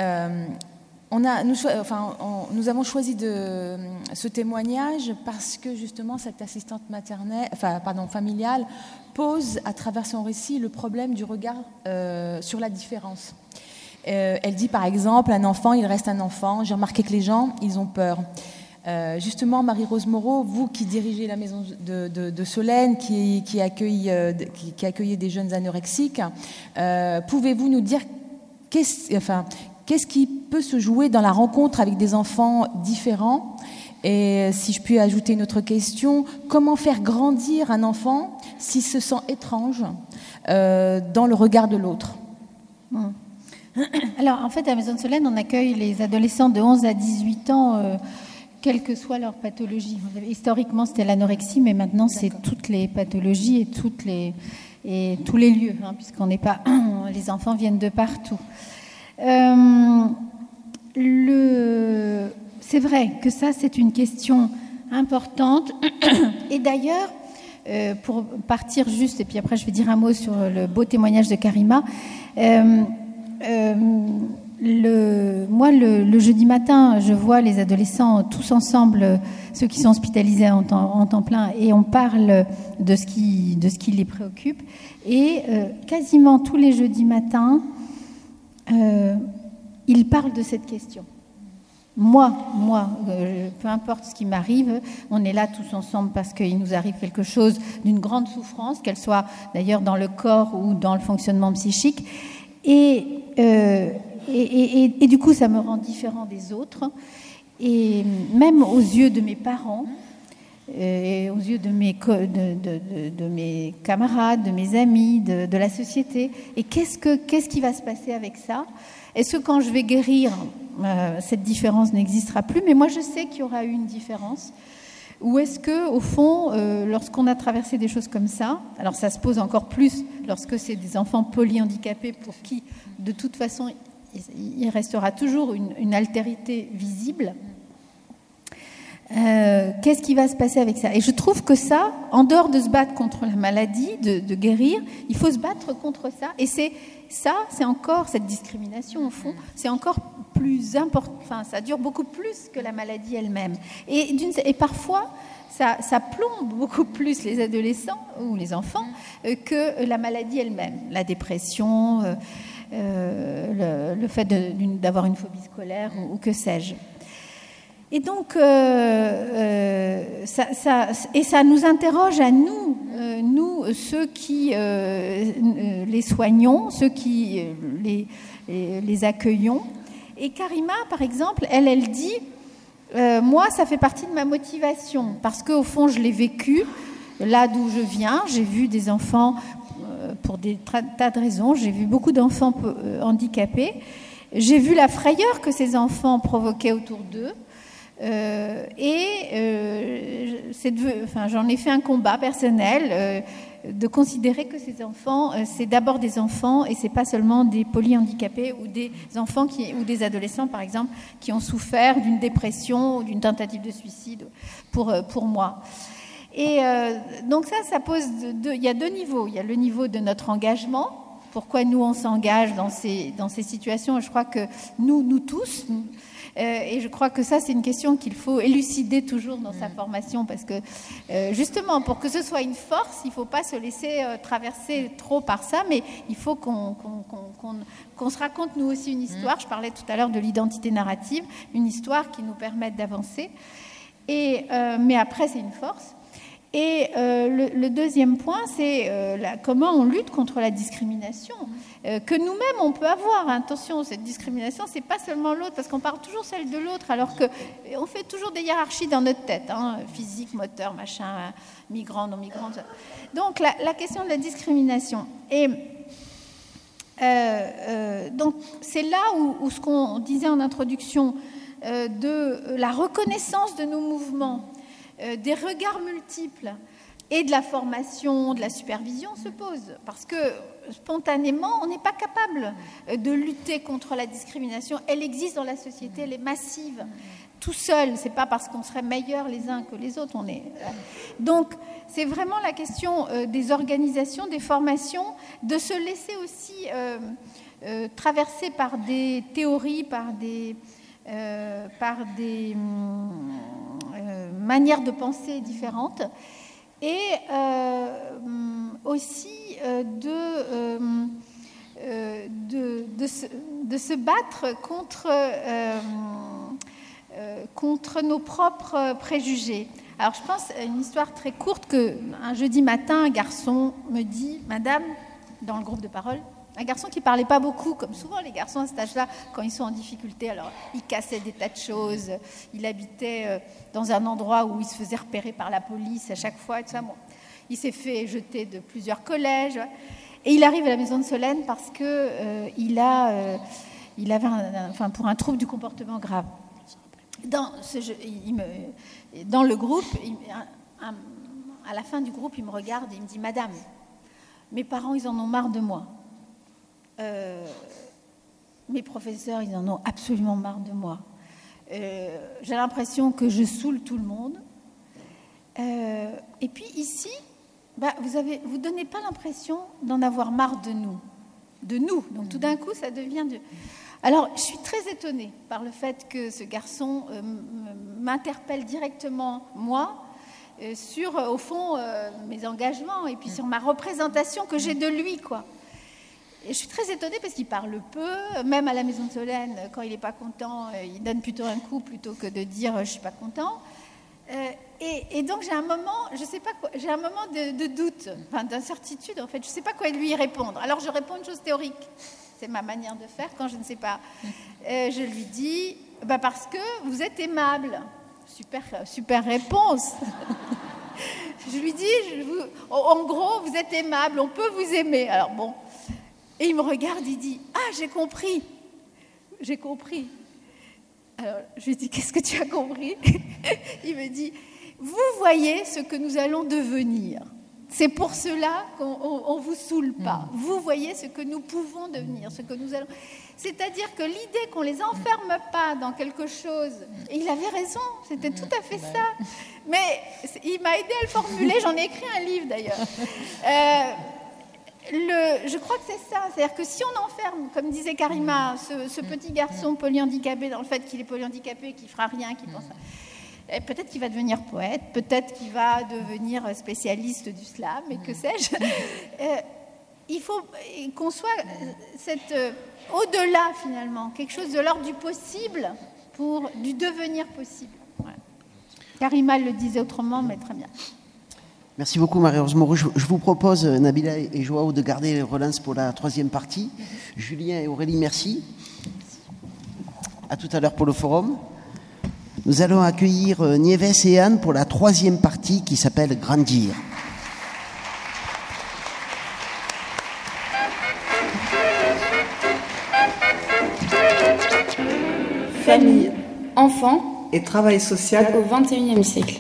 Nous avons choisi ce témoignage parce que justement cette assistante familiale pose à travers son récit le problème du regard sur la différence. Elle dit par exemple, un enfant, il reste un enfant. J'ai remarqué que les gens, ils ont peur. Justement, Marie-Rose Moreau, vous qui dirigez la maison de Solène, qui accueillait des jeunes anorexiques, pouvez-vous nous dire qu'est-ce qui peut se jouer dans la rencontre avec des enfants différents ? Et si je puis ajouter une autre question, comment faire grandir un enfant s'il se sent étrange dans le regard de l'autre ? Alors, en fait, à la Maison de Solène, on accueille les adolescents de 11 à 18 ans, quelle que soit leur pathologie. Historiquement, c'était l'anorexie, mais maintenant, c'est toutes les pathologies et tous les lieux, hein, puisqu'on n'est pas... les enfants viennent de partout. C'est vrai que ça, c'est une question importante. Et d'ailleurs, pour partir juste, et puis après je vais dire un mot sur le beau témoignage de Karima, moi, le jeudi matin, je vois les adolescents tous ensemble, ceux qui sont hospitalisés en temps plein, et on parle de ce qui les préoccupe. Et quasiment tous les jeudis matins, ils parlent de cette question. Moi, peu importe ce qui m'arrive, on est là tous ensemble parce qu'il nous arrive quelque chose d'une grande souffrance, qu'elle soit d'ailleurs dans le corps ou dans le fonctionnement psychique. Et et du coup, ça me rend différent des autres. Et même aux yeux de mes parents, et aux yeux de mes camarades, de mes amis, de la société. Et qu'est-ce qui va se passer avec ça? Est-ce que quand je vais guérir, cette différence n'existera plus? Mais moi, je sais qu'il y aura eu une différence. Ou est-ce que, au fond, lorsqu'on a traversé des choses comme ça, alors ça se pose encore plus lorsque c'est des enfants polyhandicapés pour qui, de toute façon, il restera toujours une altérité visible. Qu'est-ce qui va se passer avec ça? Et je trouve que ça, en dehors de se battre contre la maladie, de guérir, il faut se battre contre ça. Et c'est encore cette discrimination, au fond, c'est encore plus important, enfin, ça dure beaucoup plus que la maladie elle-même. Et parfois, ça plombe beaucoup plus les adolescents ou les enfants que la maladie elle-même. La dépression, le fait d'avoir une phobie scolaire ou que sais-je. Et donc, ça nous interroge à nous, ceux qui les soignons, ceux qui les accueillons. Et Karima, par exemple, elle dit, moi, ça fait partie de ma motivation, parce qu'au fond, je l'ai vécu, là d'où je viens, j'ai vu des enfants, pour des tas de raisons, j'ai vu beaucoup d'enfants handicapés, j'ai vu la frayeur que ces enfants provoquaient autour d'eux, j'en ai fait un combat personnel de considérer que ces enfants, c'est d'abord des enfants et c'est pas seulement des polyhandicapés ou des enfants ou des adolescents par exemple qui ont souffert d'une dépression ou d'une tentative de suicide pour moi. Et donc ça pose il y a deux niveaux. Il y a le niveau de notre engagement. Pourquoi nous on s'engage dans ces situations? Et je crois que nous tous. Et je crois que ça, c'est une question qu'il faut élucider toujours dans sa formation parce que, justement, pour que ce soit une force, il ne faut pas se laisser traverser trop par ça, mais il faut qu'on se raconte, nous aussi, une histoire. Je parlais tout à l'heure de l'identité narrative, une histoire qui nous permette d'avancer. Mais après, c'est une force. Et le deuxième point, c'est comment on lutte contre la discrimination que nous-mêmes on peut avoir. Attention, cette discrimination, c'est pas seulement l'autre, parce qu'on parle toujours celle de l'autre, alors que on fait toujours des hiérarchies dans notre tête, physique, moteur, machin, migrant, non migrant. Donc la question de la discrimination. Et donc c'est là où ce qu'on disait en introduction de la reconnaissance de nos mouvements. Des regards multiples et de la formation, de la supervision se posent parce que spontanément, on n'est pas capable de lutter contre la discrimination. Elle existe dans la société, elle est massive. Tout seul, c'est pas parce qu'on serait meilleurs les uns que les autres. Donc, c'est vraiment la question des organisations, des formations, de se laisser aussi traverser par des théories, par des manières de penser différentes et aussi de se battre contre nos propres préjugés. Alors je pense à une histoire très courte qu'un jeudi matin, un garçon me dit « Madame », dans le groupe de parole, un garçon qui ne parlait pas beaucoup, comme souvent les garçons à cet âge-là, quand ils sont en difficulté. Alors, il cassait des tas de choses. Il habitait dans un endroit où il se faisait repérer par la police à chaque fois. Et tout ça. Bon, il s'est fait jeter de plusieurs collèges. Et il arrive à la maison de Solène parce qu'il avait pour un trouble du comportement grave. Dans le groupe, à la fin du groupe, il me regarde et il me dit « Madame, mes parents, ils en ont marre de moi. Mes professeurs, ils en ont absolument marre de moi. J'ai l'impression que je saoule tout le monde. Et puis ici, vous donnez pas l'impression d'en avoir marre de nous. Donc tout d'un coup, ça devient de... Alors, je suis très étonnée par le fait que ce garçon m'interpelle directement, moi, sur, au fond, mes engagements et puis sur ma représentation que j'ai de lui, quoi. Et je suis très étonnée parce qu'il parle peu, même à la maison de Solène, quand il n'est pas content, il donne plutôt un coup plutôt que de dire « je ne suis pas content ». Et donc j'ai un moment, je sais pas quoi, j'ai un moment de doute, d'incertitude en fait, je ne sais pas quoi lui répondre. Alors je réponds une chose théorique, c'est ma manière de faire quand je ne sais pas. Je lui dis, parce que vous êtes aimable. Super réponse. Je lui dis, en gros, vous êtes aimable, on peut vous aimer. Alors bon, et il me regarde, il dit, j'ai compris. Alors je lui dis, qu'est-ce que tu as compris? Il me dit, vous voyez ce que nous allons devenir. C'est pour cela qu'on ne vous saoule pas. Vous voyez ce que nous pouvons devenir, ce que nous allons... C'est-à-dire que l'idée qu'on ne les enferme pas dans quelque chose... Et il avait raison, c'était tout à fait ça. Mais il m'a aidé à le formuler, j'en ai écrit un livre d'ailleurs. Je crois que c'est ça. C'est-à-dire que si on enferme, comme disait Karima, ce petit garçon polyhandicapé dans le fait qu'il est polyhandicapé, qu'il ne fera rien, qu'il pense... Peut-être qu'il va devenir poète, peut-être qu'il va devenir spécialiste du slam, et que sais-je. Il faut qu'on soit au-delà, finalement, quelque chose de l'ordre du possible pour du devenir possible. Voilà. Karima le disait autrement, mais très bien. Merci beaucoup, Marie-Rose Moreau. Je vous propose, Nabila et Joao, de garder les relances pour la troisième partie. Julien et Aurélie, merci. À tout à l'heure pour le forum. Nous allons accueillir Nieves et Anne pour la troisième partie qui s'appelle Grandir. Famille, enfants et travail social au XXIe siècle.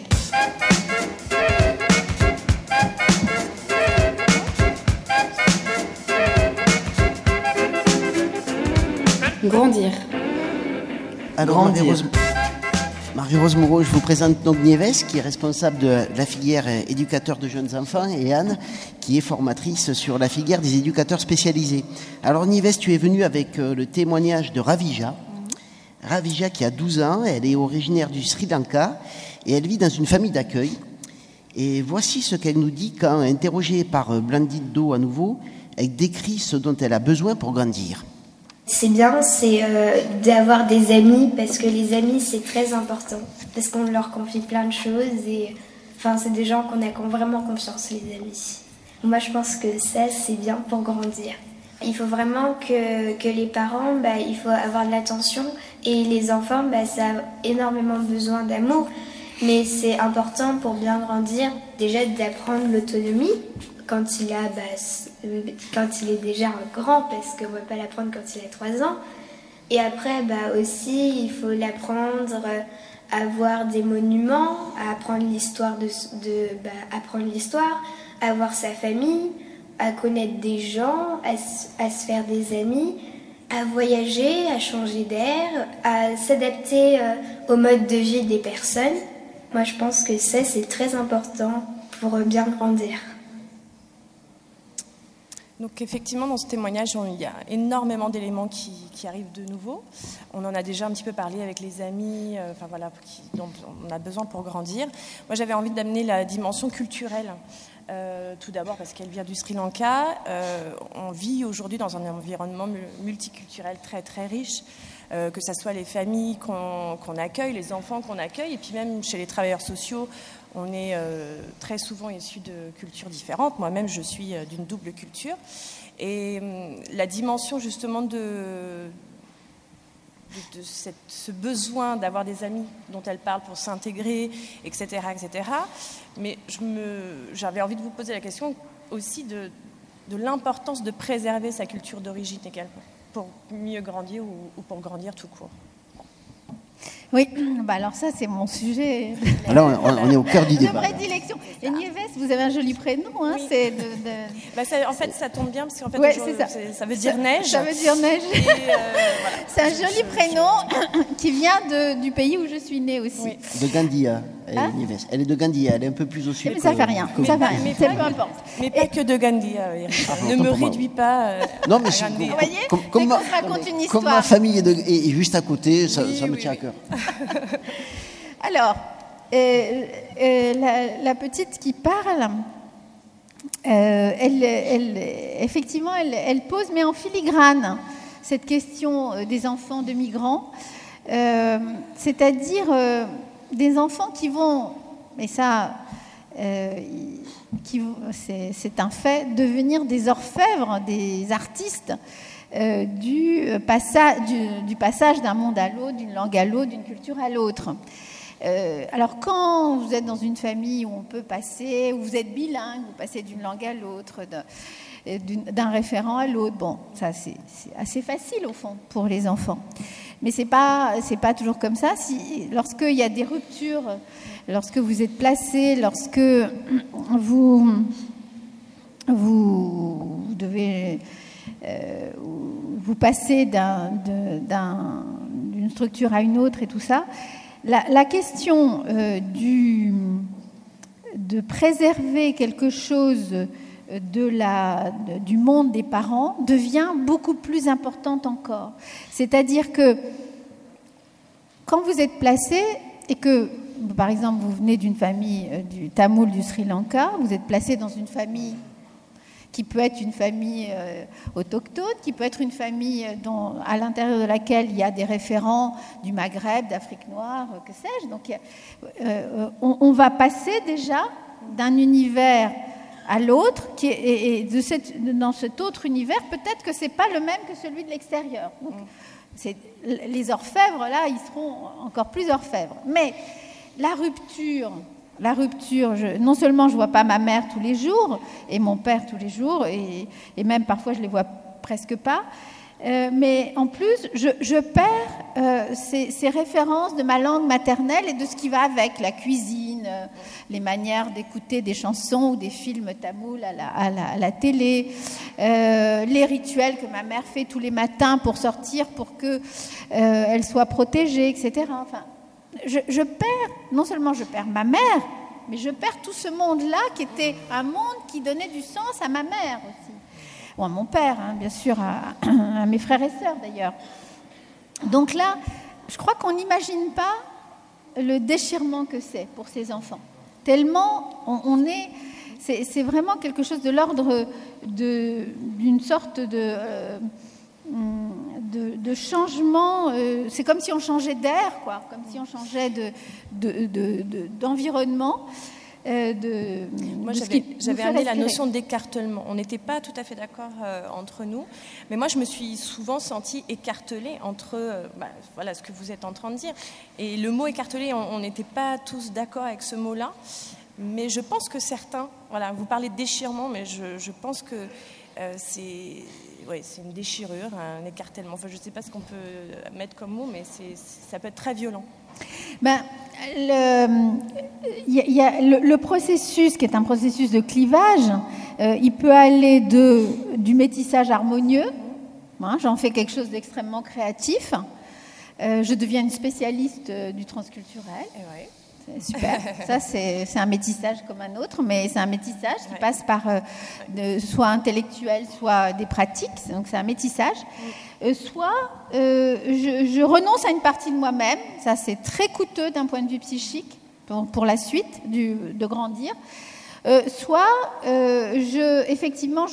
Grandir. Alors, Marie-Rose Moreau, je vous présente donc Nieves, qui est responsable de la filière éducateur de jeunes enfants, et Anne, qui est formatrice sur la filière des éducateurs spécialisés. Alors Nieves, tu es venue avec le témoignage de Ravija. Ravija qui a 12 ans, elle est originaire du Sri Lanka et elle vit dans une famille d'accueil. Et voici ce qu'elle nous dit quand, interrogée par Blandine Do à nouveau, elle décrit ce dont elle a besoin pour grandir. C'est bien, c'est d'avoir des amis, parce que les amis, c'est très important. Parce qu'on leur confie plein de choses et c'est des gens qui ont vraiment confiance, les amis. Moi, je pense que ça, c'est bien pour grandir. Il faut vraiment que les parents, il faut avoir de l'attention. Et les enfants, ça a énormément besoin d'amour. Mais c'est important pour bien grandir, déjà d'apprendre l'autonomie. Quand il est déjà grand, parce qu'on ne va pas l'apprendre quand il a 3 ans. Et après, aussi, il faut l'apprendre à voir des monuments, à apprendre l'histoire, apprendre l'histoire, à voir sa famille, à connaître des gens, à se faire des amis, à voyager, à changer d'air, à s'adapter au mode de vie des personnes. Moi, je pense que ça, c'est très important pour bien grandir. Donc effectivement, dans ce témoignage, il y a énormément d'éléments qui arrivent de nouveau. On en a déjà un petit peu parlé avec les amis, dont on a besoin pour grandir. Moi, j'avais envie d'amener la dimension culturelle. Tout d'abord parce qu'elle vient du Sri Lanka. On vit aujourd'hui dans un environnement multiculturel très très riche, que ce soit les familles qu'on accueille, les enfants qu'on accueille, et puis même chez les travailleurs sociaux, on est très souvent issus de cultures différentes. Moi-même, je suis d'une double culture. Et la dimension justement de ce besoin d'avoir des amis dont elle parle pour s'intégrer, etc., etc. Mais j'avais envie de vous poser la question aussi de l'importance de préserver sa culture d'origine également, pour mieux grandir ou pour grandir tout court. Oui, alors ça c'est mon sujet. Alors on est au cœur du débat. De prédilection. Et Nieves, vous avez un joli prénom, hein, oui. C'est en fait, ça tombe bien parce qu'en fait, ouais, ça veut dire neige. Ça veut dire neige. Et voilà. C'est un joli prénom qui vient du pays où je suis née aussi. Oui. De Gandia, Nieves. Elle est de Gandia, elle est un peu plus au sud. Mais ça fait rien. Ça fait rien. Mais peu importe. Mais pas que de Gandia. Ne me réduis pas. Non, mais vous voyez, comme ma famille est juste à côté, ça me tient à cœur. Alors, la petite qui parle, effectivement, elle pose, mais en filigrane, cette question des enfants de migrants, c'est-à-dire des enfants qui vont, et ça, c'est un fait, devenir des orfèvres, des artistes, du passage d'un monde à l'autre, d'une langue à l'autre, d'une culture à l'autre. Alors quand vous êtes dans une famille où on peut passer, où vous êtes bilingue, vous passez d'une langue à l'autre, d'un référent à l'autre, bon, ça c'est assez facile au fond pour les enfants. Mais c'est pas toujours comme ça. Lorsqu'il y a des ruptures, lorsque vous êtes placé, lorsque vous devez vous passer d'une structure à une autre et tout ça, la question de préserver quelque chose du monde des parents devient beaucoup plus importante encore. C'est-à-dire que quand vous êtes placé et que, par exemple, vous venez d'une famille du Tamoul du Sri Lanka, vous êtes placé dans une famille qui peut être une famille autochtone, qui peut être une famille à l'intérieur de laquelle il y a des référents du Maghreb, d'Afrique noire, que sais-je. Donc, on va passer déjà d'un univers à l'autre, dans cet autre univers, peut-être que ce n'est pas le même que celui de l'extérieur. Donc, les orfèvres, là, ils seront encore plus orfèvres. Mais la rupture, non seulement je ne vois pas ma mère tous les jours, et mon père tous les jours, et même parfois je ne les vois presque pas, mais en plus, je perds ces références de ma langue maternelle et de ce qui va avec, la cuisine, les manières d'écouter des chansons ou des films tamouls à la télé, les rituels que ma mère fait tous les matins pour sortir, pour qu'elle soit protégée, etc. Enfin, je perds, non seulement je perds ma mère, mais je perds tout ce monde-là qui était un monde qui donnait du sens à ma mère aussi. Ou à mon père, hein, bien sûr, à mes frères et sœurs d'ailleurs. Donc là, je crois qu'on n'imagine pas le déchirement que c'est pour ces enfants. Tellement c'est vraiment quelque chose de l'ordre d'une sorte de changement. C'est comme si on changeait d'air, quoi, comme si on changeait d'environnement. Moi, j'avais amené la notion d'écartèlement. On n'était pas tout à fait d'accord entre nous, mais moi, je me suis souvent sentie écartelée entre voilà, ce que vous êtes en train de dire. Et le mot écartelé, on n'était pas tous d'accord avec ce mot-là, mais je pense que certains, voilà, vous parlez de déchirement, mais je pense que c'est une déchirure, un écartèlement. Enfin, je ne sais pas ce qu'on peut mettre comme mot, mais ça peut être très violent. Le processus, qui est un processus de clivage, il peut aller du métissage harmonieux. J'en fais quelque chose d'extrêmement créatif. Je deviens une spécialiste du transculturel. C'est super. Ça, c'est un métissage comme un autre, mais c'est un métissage qui passe par soit intellectuel, soit des pratiques. Donc, c'est un métissage. Soit je renonce à une partie de moi-même. Ça, c'est très coûteux d'un point de vue psychique pour la suite de grandir. Soit, effectivement,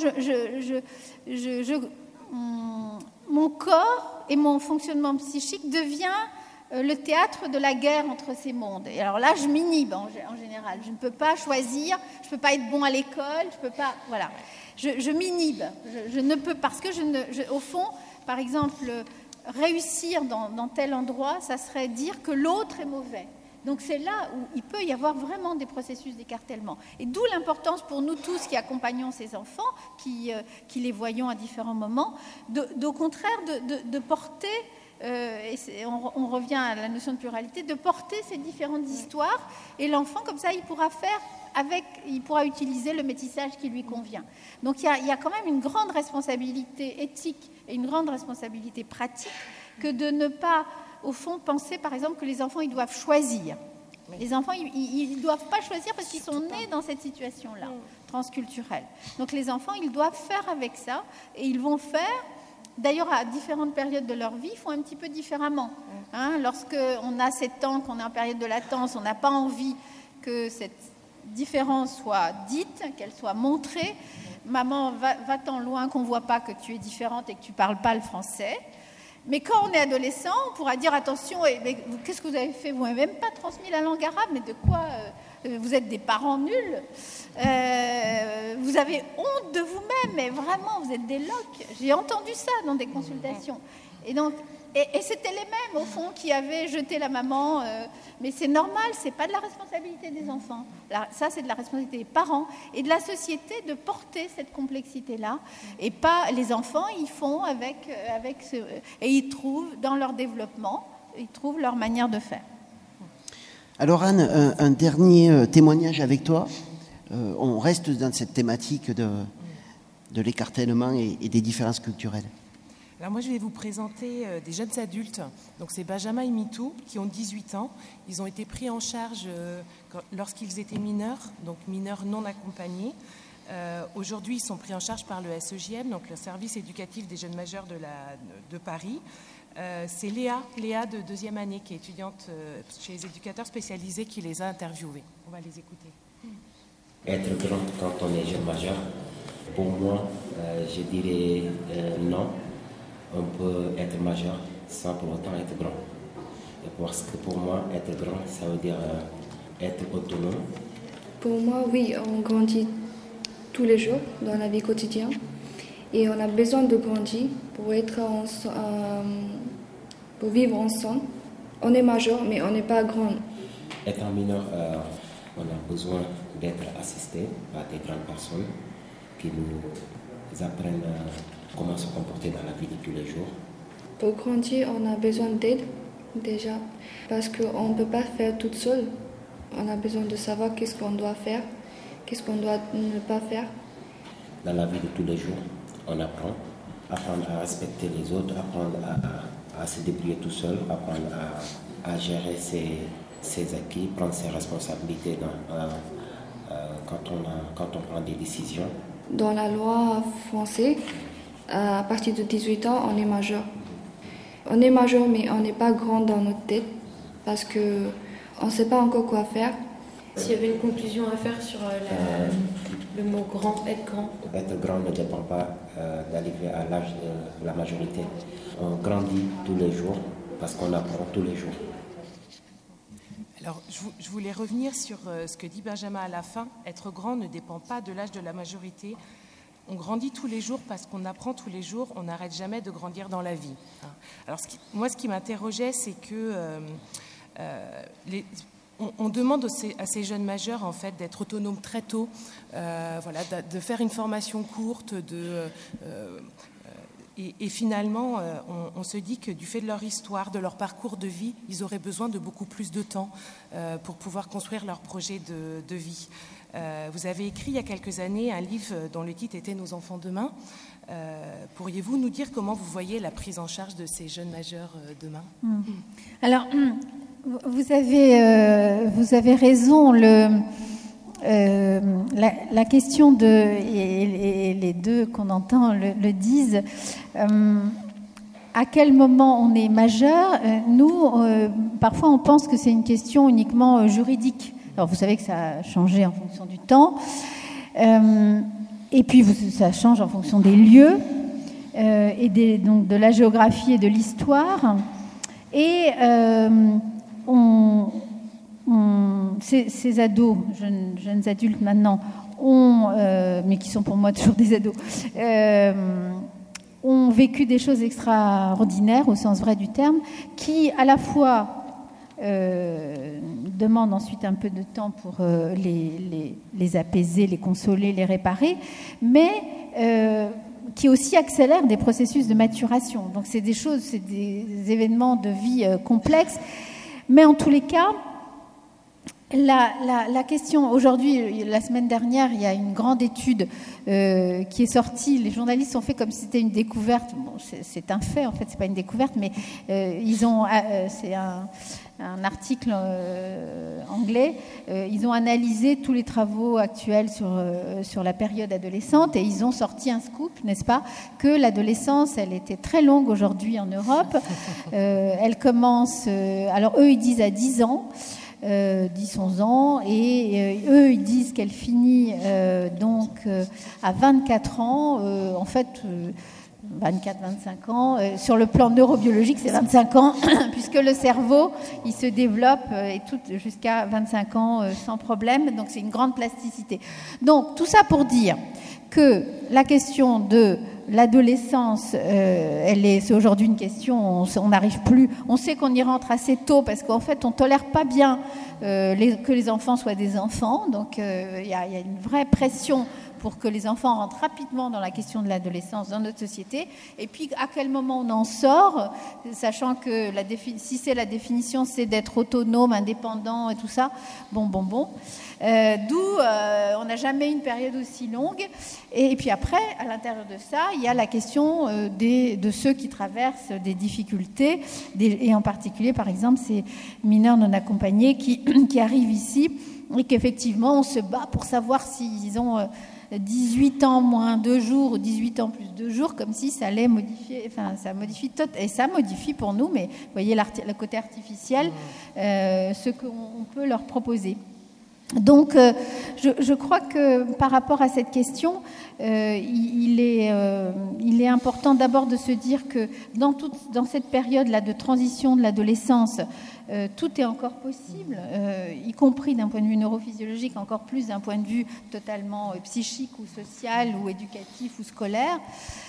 mon corps et mon fonctionnement psychique devient le théâtre de la guerre entre ces mondes. Et alors là, je m'inhibe en général. Je ne peux pas choisir, je ne peux pas être bon à l'école, je peux pas. Voilà. Je m'inhibe. Je ne peux, parce que au fond, par exemple, réussir dans tel endroit, ça serait dire que l'autre est mauvais. Donc c'est là où il peut y avoir vraiment des processus d'écartèlement. Et d'où l'importance pour nous tous qui accompagnons ces enfants, qui les voyons à différents moments, au contraire de porter, on revient à la notion de pluralité, de porter ces différentes histoires, et l'enfant, comme ça, il pourra utiliser le métissage qui lui convient. Donc il y a quand même une grande responsabilité éthique et une grande responsabilité pratique que de ne pas, au fond, penser, par exemple, que les enfants, ils doivent choisir. Les enfants, ils ne doivent pas choisir parce qu'ils sont nés dans cette situation-là, transculturelle. Donc les enfants, ils doivent faire avec ça, et ils vont faire, d'ailleurs, à différentes périodes de leur vie, ils font un petit peu différemment. Lorsqu'on a 7 ans, qu'on est en période de latence, on n'a pas envie que cette différence soit dite, qu'elle soit montrée. Maman, va-t'en loin qu'on ne voit pas que tu es différente et que tu ne parles pas le français. Mais quand on est adolescent, on pourra dire attention, mais qu'est-ce que vous avez fait? Vous n'avez même pas transmis la langue arabe, mais de quoi vous êtes des parents nuls. Vous avez honte de vous-même, mais vraiment, vous êtes des loques. J'ai entendu ça dans des consultations. Et donc, et c'était les mêmes, au fond, qui avaient jeté la maman. Mais c'est normal, c'est pas de la responsabilité des enfants. Ça, c'est de la responsabilité des parents et de la société de porter cette complexité-là. Et pas les enfants, ils font avec ce... Et ils trouvent, dans leur développement, ils trouvent leur manière de faire. Alors Anne, un dernier témoignage avec toi. On reste dans cette thématique de l'écartèlement et des différences culturelles. Alors moi, je vais vous présenter des jeunes adultes. Donc c'est Benjamin et Mitou qui ont 18 ans. Ils ont été pris en charge lorsqu'ils étaient mineurs, donc mineurs non accompagnés. Aujourd'hui, ils sont pris en charge par le SEJM, donc le service éducatif des jeunes majeurs de Paris. C'est Léa de 2e année, qui est étudiante chez les éducateurs spécialisés, qui les a interviewés. On va les écouter. Être grand quand on est jeune majeur, pour moi, je dirais non. On peut être majeur sans pour autant être grand. Parce que pour moi, être grand, ça veut dire être autonome. Pour moi, oui, on grandit tous les jours dans la vie quotidienne. Et on a besoin de grandir pour vivre ensemble. On est majeur, mais on n'est pas grand. Étant mineur, on a besoin d'être assisté par des grandes personnes qui nous apprennent comment se comporter dans la vie de tous les jours. Pour grandir, on a besoin d'aide déjà, parce qu'on ne peut pas faire toute seule. On a besoin de savoir qu'est-ce qu'on doit faire, qu'est-ce qu'on doit ne pas faire. Dans la vie de tous les jours, on apprend à respecter les autres, apprendre à se débrouiller tout seul, apprendre à gérer ses acquis, prendre ses responsabilités quand on prend des décisions. Dans la loi française, à partir de 18 ans, on est majeur. On est majeur, mais on n'est pas grand dans notre tête parce qu'on ne sait pas encore quoi faire. S'il y avait une conclusion à faire sur le mot grand, être grand. Être grand ne dépend pas d'arriver à l'âge de la majorité. On grandit tous les jours parce qu'on apprend tous les jours. Alors, je voulais revenir sur ce que dit Benjamin à la fin. Être grand ne dépend pas de l'âge de la majorité. On grandit tous les jours parce qu'on apprend tous les jours. On n'arrête jamais de grandir dans la vie. Alors, ce qui m'interrogeait, c'est que on demande à ces jeunes majeurs en fait d'être autonomes très tôt, de faire une formation courte, et finalement, on se dit que du fait de leur histoire, de leur parcours de vie, ils auraient besoin de beaucoup plus de temps pour pouvoir construire leur projet de vie. Vous avez écrit il y a quelques années un livre dont le titre était « Nos enfants demain ». Pourriez-vous nous dire comment vous voyez la prise en charge de ces jeunes majeurs demain ? Alors, vous avez raison. La question et les deux qu'on entend le disent, à quel moment on est majeur? Nous, parfois on pense que c'est une question uniquement juridique. Alors vous savez que ça a changé en fonction du temps, et puis ça change en fonction des lieux, et donc de la géographie et de l'histoire, et ces ados, jeunes adultes maintenant, mais qui sont pour moi toujours des ados, ont vécu des choses extraordinaires au sens vrai du terme, qui à la fois demandent ensuite un peu de temps pour les apaiser, les consoler, les réparer, mais qui aussi accélèrent des processus de maturation. Donc c'est des événements de vie complexes, mais en tous les cas, la question, aujourd'hui, la semaine dernière, il y a une grande étude qui est sortie. Les journalistes ont fait comme si c'était une découverte. Bon, c'est un fait, en fait, c'est pas une découverte, mais c'est un article anglais. Ils ont analysé tous les travaux actuels sur la période adolescente et ils ont sorti un scoop, n'est-ce pas, que l'adolescence, elle était très longue aujourd'hui en Europe. Elle commence, alors eux, ils disent à 10 ans. 10-11 ans, et eux ils disent qu'elle finit donc à 24 ans. En fait, 24-25 ans. Sur le plan neurobiologique, c'est 25 ans, puisque le cerveau, il se développe et tout jusqu'à 25 ans sans problème. Donc, c'est une grande plasticité. Donc, tout ça pour dire que la question de l'adolescence, c'est aujourd'hui une question, on n'arrive plus, on sait qu'on y rentre assez tôt parce qu'en fait, on ne tolère pas bien que les enfants soient des enfants. Donc, il y a une vraie pression pour que les enfants rentrent rapidement dans la question de l'adolescence dans notre société. Et puis, à quel moment on en sort, sachant que si c'est la définition, c'est d'être autonome, indépendant et tout ça, bon. D'où on n'a jamais une période aussi longue. Et puis après, à l'intérieur de ça, il y a la question de ceux qui traversent des difficultés, et en particulier, par exemple, ces mineurs non accompagnés qui arrivent ici et qu'effectivement, on se bat pour savoir s'ils ont 18 ans moins 2 jours ou 18 ans plus 2 jours, comme si ça allait modifier, ça modifie et ça modifie pour nous, mais vous voyez le côté artificiel, ce qu'on peut leur proposer. Donc, je crois que par rapport à cette question, il est important d'abord de se dire que dans cette période-là de transition de l'adolescence, tout est encore possible, y compris d'un point de vue neurophysiologique, encore plus d'un point de vue totalement psychique ou social ou éducatif ou scolaire.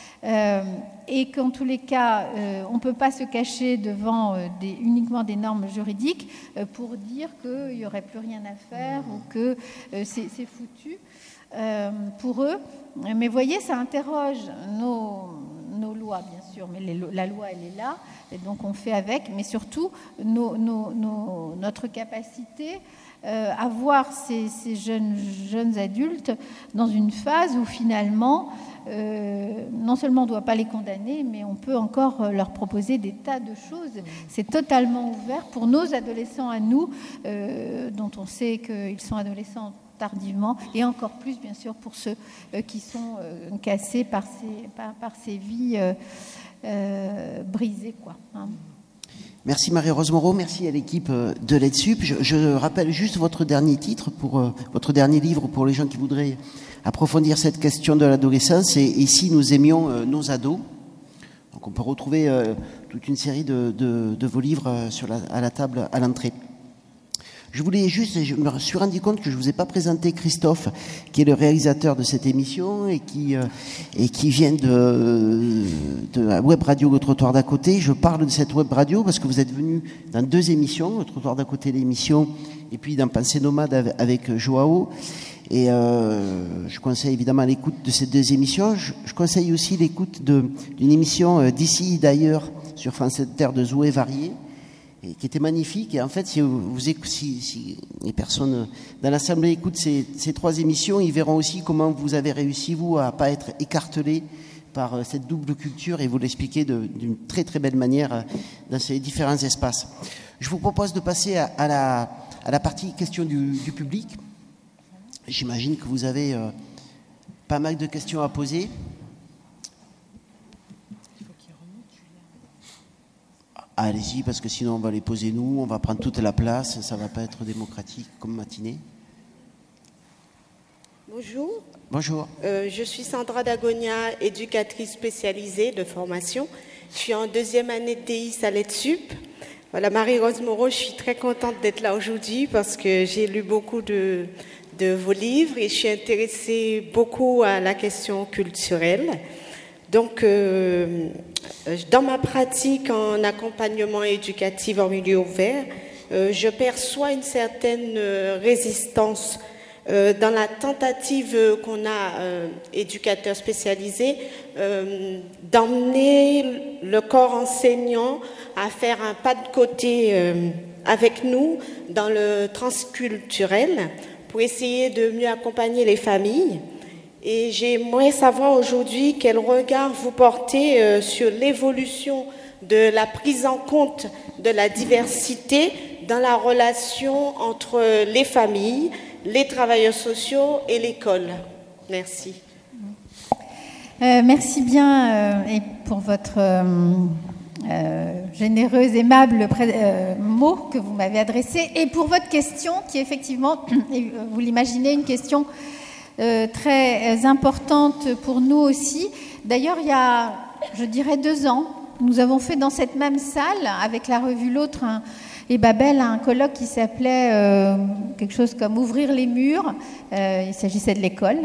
Et qu'en tous les cas, on ne peut pas se cacher devant uniquement des normes juridiques pour dire qu'il n'y aurait plus rien à faire ou que c'est foutu pour eux. Mais vous voyez, ça interroge nos lois, bien sûr, mais la loi, elle est là, et donc on fait avec, mais surtout notre capacité à voir ces jeunes adultes dans une phase où finalement, non seulement on ne doit pas les condamner, mais on peut encore leur proposer des tas de choses. C'est totalement ouvert pour nos adolescents à nous, dont on sait qu'ils sont adolescents tardivement, et encore plus, bien sûr, pour ceux qui sont cassés par ces vies brisées, quoi. Merci Marie-Rose Moreau, merci à l'équipe de l'EDSUP. Je rappelle juste votre dernier titre, votre dernier livre pour les gens qui voudraient approfondir cette question de l'adolescence, et Ici nous aimions nos ados. Donc on peut retrouver toute une série de vos livres à la table à l'entrée. Je me suis rendu compte que je ne vous ai pas présenté Christophe, qui est le réalisateur de cette émission et qui vient de la web radio Le Trottoir d'à côté. Je parle de cette web radio parce que vous êtes venu dans 2 émissions, Le Trottoir d'à côté, l'émission, et puis dans Pensée nomade avec Joao. Et je conseille évidemment l'écoute de ces 2 émissions. Je conseille aussi l'écoute d'une émission d'ici d'ailleurs sur France Inter de Zoé Varier, et qui était magnifique. Et en fait, si les personnes dans l'Assemblée écoutent ces 3 émissions, ils verront aussi comment vous avez réussi, vous, à ne pas être écartelés par cette double culture, et vous l'expliquez d'une très très belle manière dans ces différents espaces. Je vous propose de passer à la partie question du public. J'imagine que vous avez pas mal de questions à poser. Allez-y, parce que sinon on va les poser nous, on va prendre toute la place, ça ne va pas être démocratique comme matinée. Bonjour. Bonjour. Je suis Sandra Dagonia, éducatrice spécialisée de formation. Je suis en 2e année de DIS à l'EDSUP. Voilà, Marie-Rose Moreau, je suis très contente d'être là aujourd'hui parce que j'ai lu beaucoup de vos livres et je suis intéressée beaucoup à la question culturelle. Donc, dans ma pratique en accompagnement éducatif en milieu ouvert, je perçois une certaine résistance dans la tentative qu'on a, éducateurs spécialisés, d'emmener le corps enseignant à faire un pas de côté avec nous dans le transculturel pour essayer de mieux accompagner les familles. Et j'aimerais savoir aujourd'hui quel regard vous portez sur l'évolution de la prise en compte de la diversité dans la relation entre les familles, les travailleurs sociaux et l'école. Merci. Merci bien et pour votre généreux, aimable mot que vous m'avez adressé, et pour votre question qui effectivement, vous l'imaginez, une question très importante pour nous aussi. D'ailleurs, il y a je dirais 2 ans. Nous avons fait dans cette même salle, avec la revue L'Autre et Babel, un colloque qui s'appelait quelque chose comme « Ouvrir les murs ». Il s'agissait de l'école.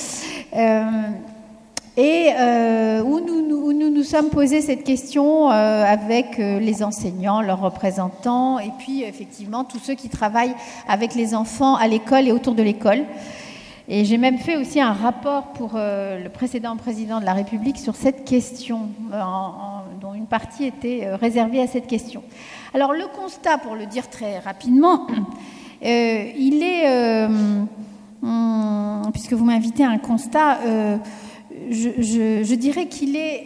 Où nous sommes posé cette question avec les enseignants, leurs représentants, et puis effectivement tous ceux qui travaillent avec les enfants à l'école et autour de l'école. Et j'ai même fait aussi un rapport pour le précédent président de la République sur cette question, dont une partie était réservée à cette question. Alors le constat, pour le dire très rapidement, il est, puisque vous m'invitez à un constat, je dirais qu'il est,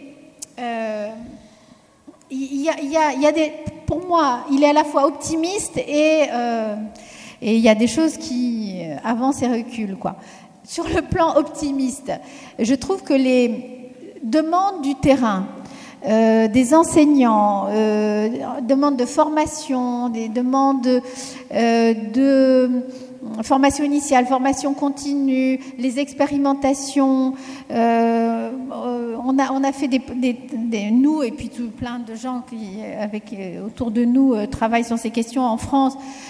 il y a des, pour moi, il est à la fois optimiste et il y a des choses qui avancent et reculent, quoi. Sur le plan optimiste, je trouve que les demandes du terrain, des enseignants, demandes de formation, des demandes de formation initiale, formation continue, les expérimentations. On a fait nous et puis tout plein de gens qui autour de nous travaillent sur ces questions en France.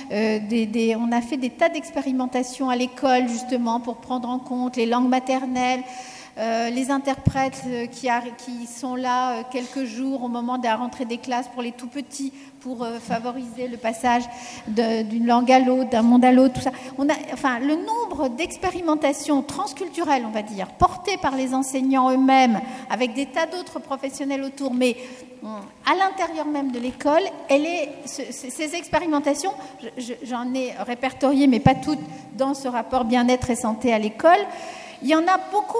On a fait des tas d'expérimentations à l'école justement pour prendre en compte les langues maternelles. Les interprètes qui sont là quelques jours au moment de la rentrée des classes pour les tout petits, pour favoriser le passage d'une langue à l'autre, d'un monde à l'autre, tout ça. Le nombre d'expérimentations transculturelles, on va dire, portées par les enseignants eux-mêmes, avec des tas d'autres professionnels autour, mais à l'intérieur même de l'école, ces expérimentations, j'en ai répertorié, mais pas toutes, dans ce rapport bien-être et santé à l'école. Il y en a beaucoup.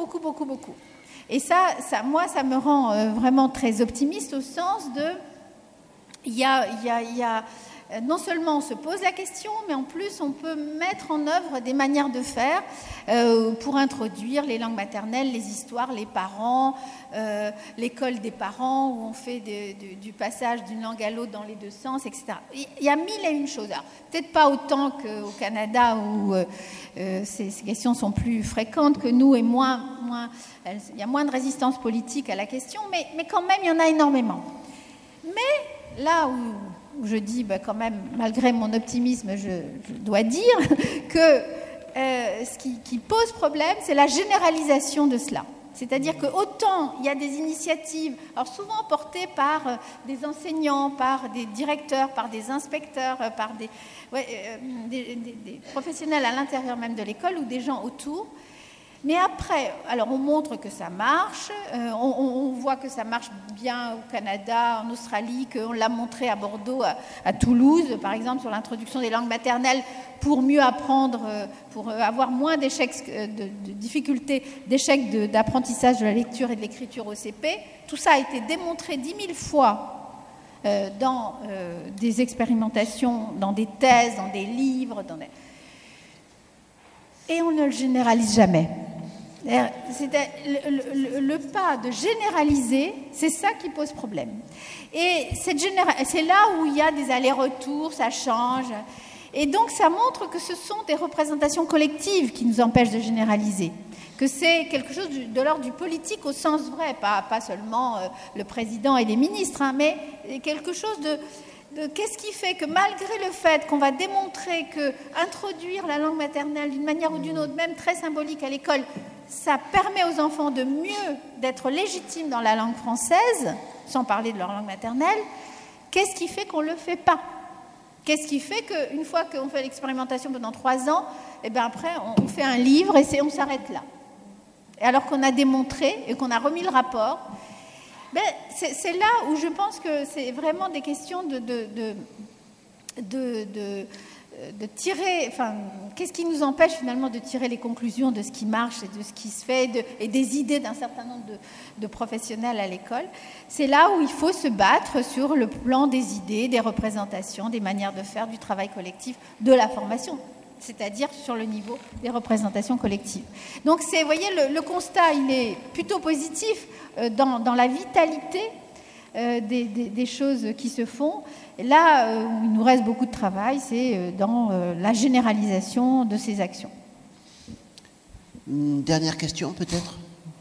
Et ça moi, ça me rend vraiment très optimiste au sens de... Il y a non seulement on se pose la question, mais en plus on peut mettre en œuvre des manières de faire pour introduire les langues maternelles, les histoires, les parents, l'école des parents, où on fait du passage d'une langue à l'autre dans les deux sens, etc. Il y a 1001 choses. Alors, peut-être pas autant qu'au Canada, où ces questions sont plus fréquentes que nous et il y a moins de résistance politique à la question, mais quand même, il y en a énormément. Mais là où je dis, quand même, malgré mon optimisme, je dois dire que ce qui pose problème, c'est la généralisation de cela. C'est-à-dire que autant il y a des initiatives, alors souvent portées par des enseignants, par des directeurs, par des inspecteurs, par des professionnels à l'intérieur même de l'école ou des gens autour. Mais après, alors on montre que ça marche, on voit que ça marche bien au Canada, en Australie, qu'on l'a montré à Bordeaux, à Toulouse, par exemple, sur l'introduction des langues maternelles pour mieux apprendre, pour avoir moins d'échecs, de difficultés d'échecs d'apprentissage de la lecture et de l'écriture au CP. Tout ça a été démontré 10 000 fois dans des expérimentations, dans des thèses, dans des livres, et on ne le généralise jamais. Le pas de généraliser, c'est ça qui pose problème. Et c'est là où il y a des allers-retours, ça change. Et donc ça montre que ce sont des représentations collectives qui nous empêchent de généraliser. Que c'est quelque chose de l'ordre du politique au sens vrai, pas seulement le président et les ministres, mais quelque chose de qu'est-ce qui fait que malgré le fait qu'on va démontrer que introduire la langue maternelle d'une manière ou d'une autre, même très symbolique à l'école, ça permet aux enfants de mieux d'être légitimes dans la langue française, sans parler de leur langue maternelle, qu'est-ce qui fait qu'on ne le fait pas ? Qu'est-ce qui fait qu'une fois qu'on fait l'expérimentation pendant 3 ans, et bien après on fait un livre et on s'arrête là. Et alors qu'on a démontré et qu'on a remis le rapport, c'est là où je pense que c'est vraiment des questions de tirer, qu'est-ce qui nous empêche finalement de tirer les conclusions de ce qui marche et de ce qui se fait et des idées d'un certain nombre de professionnels à l'école. C'est là où il faut se battre sur le plan des idées, des représentations, des manières de faire, du travail collectif, de la formation, c'est-à-dire sur le niveau des représentations collectives. Donc vous voyez, le constat, il est plutôt positif dans la vitalité des choses qui se font. Et là où il nous reste beaucoup de travail, c'est dans la généralisation de ces actions. Une dernière question peut-être ?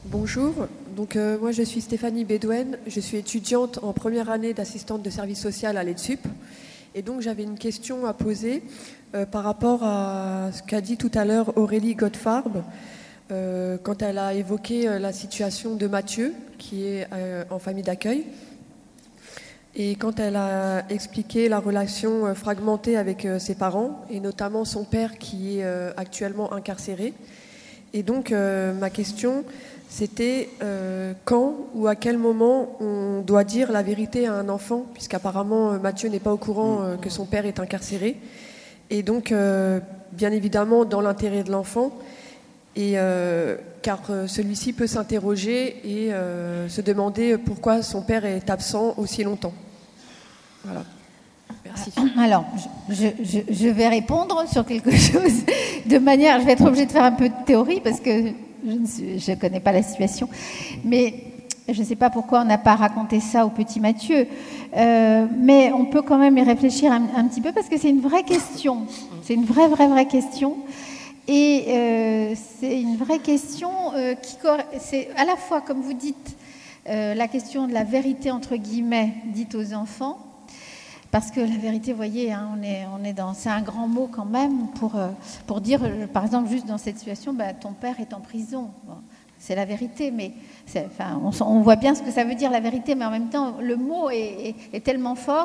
Bonjour, donc moi je suis Stéphanie Bédouin, je suis étudiante en première année d'assistante de service social à l'EDSUP et donc j'avais une question à poser par rapport à ce qu'a dit tout à l'heure Aurélie Gottfarb quand elle a évoqué la situation de Mathieu qui est en famille d'accueil et quand elle a expliqué la relation fragmentée avec ses parents et notamment son père qui est actuellement incarcéré. Et donc ma question c'était quand ou à quel moment on doit dire la vérité à un enfant, puisqu'apparemment Mathieu n'est pas au courant que son père est incarcéré. Et donc, bien évidemment, dans l'intérêt de l'enfant, et, car celui-ci peut s'interroger et se demander pourquoi son père est absent aussi longtemps. Voilà. Merci. Alors, je vais répondre sur quelque chose de manière... Je vais être obligée de faire un peu de théorie parce que je ne connais pas la situation. Mais je ne sais pas pourquoi on n'a pas raconté ça au petit Mathieu. Mais on peut quand même y réfléchir un petit peu parce que c'est une vraie question. C'est une vraie question. Et c'est une vraie question c'est à la fois, comme vous dites, la question de la vérité, entre guillemets, dite aux enfants. Parce que la vérité, vous voyez, hein, on est dans, c'est un grand mot quand même pour dire, par exemple, juste dans cette situation, ton père est en prison. Bon, c'est la vérité, mais on voit bien ce que ça veut dire la vérité, mais en même temps, le mot est tellement fort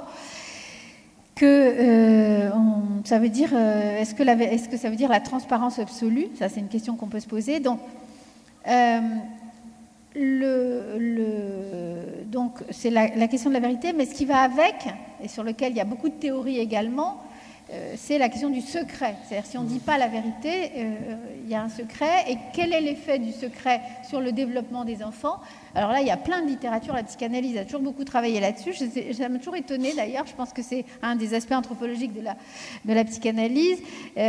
que ça veut dire, est-ce que ça veut dire la transparence absolue ? Ça, c'est une question qu'on peut se poser. Donc, donc c'est la question de la vérité, mais ce qui va avec, et sur lequel il y a beaucoup de théories également, c'est la question du secret. C'est-à-dire si on ne dit pas la vérité, il y a un secret. Et quel est l'effet du secret sur le développement des enfants ? Alors là, il y a plein de littérature. La psychanalyse a toujours beaucoup travaillé là-dessus. Ça m'a toujours étonnée d'ailleurs. Je pense que c'est un des aspects anthropologiques de la psychanalyse.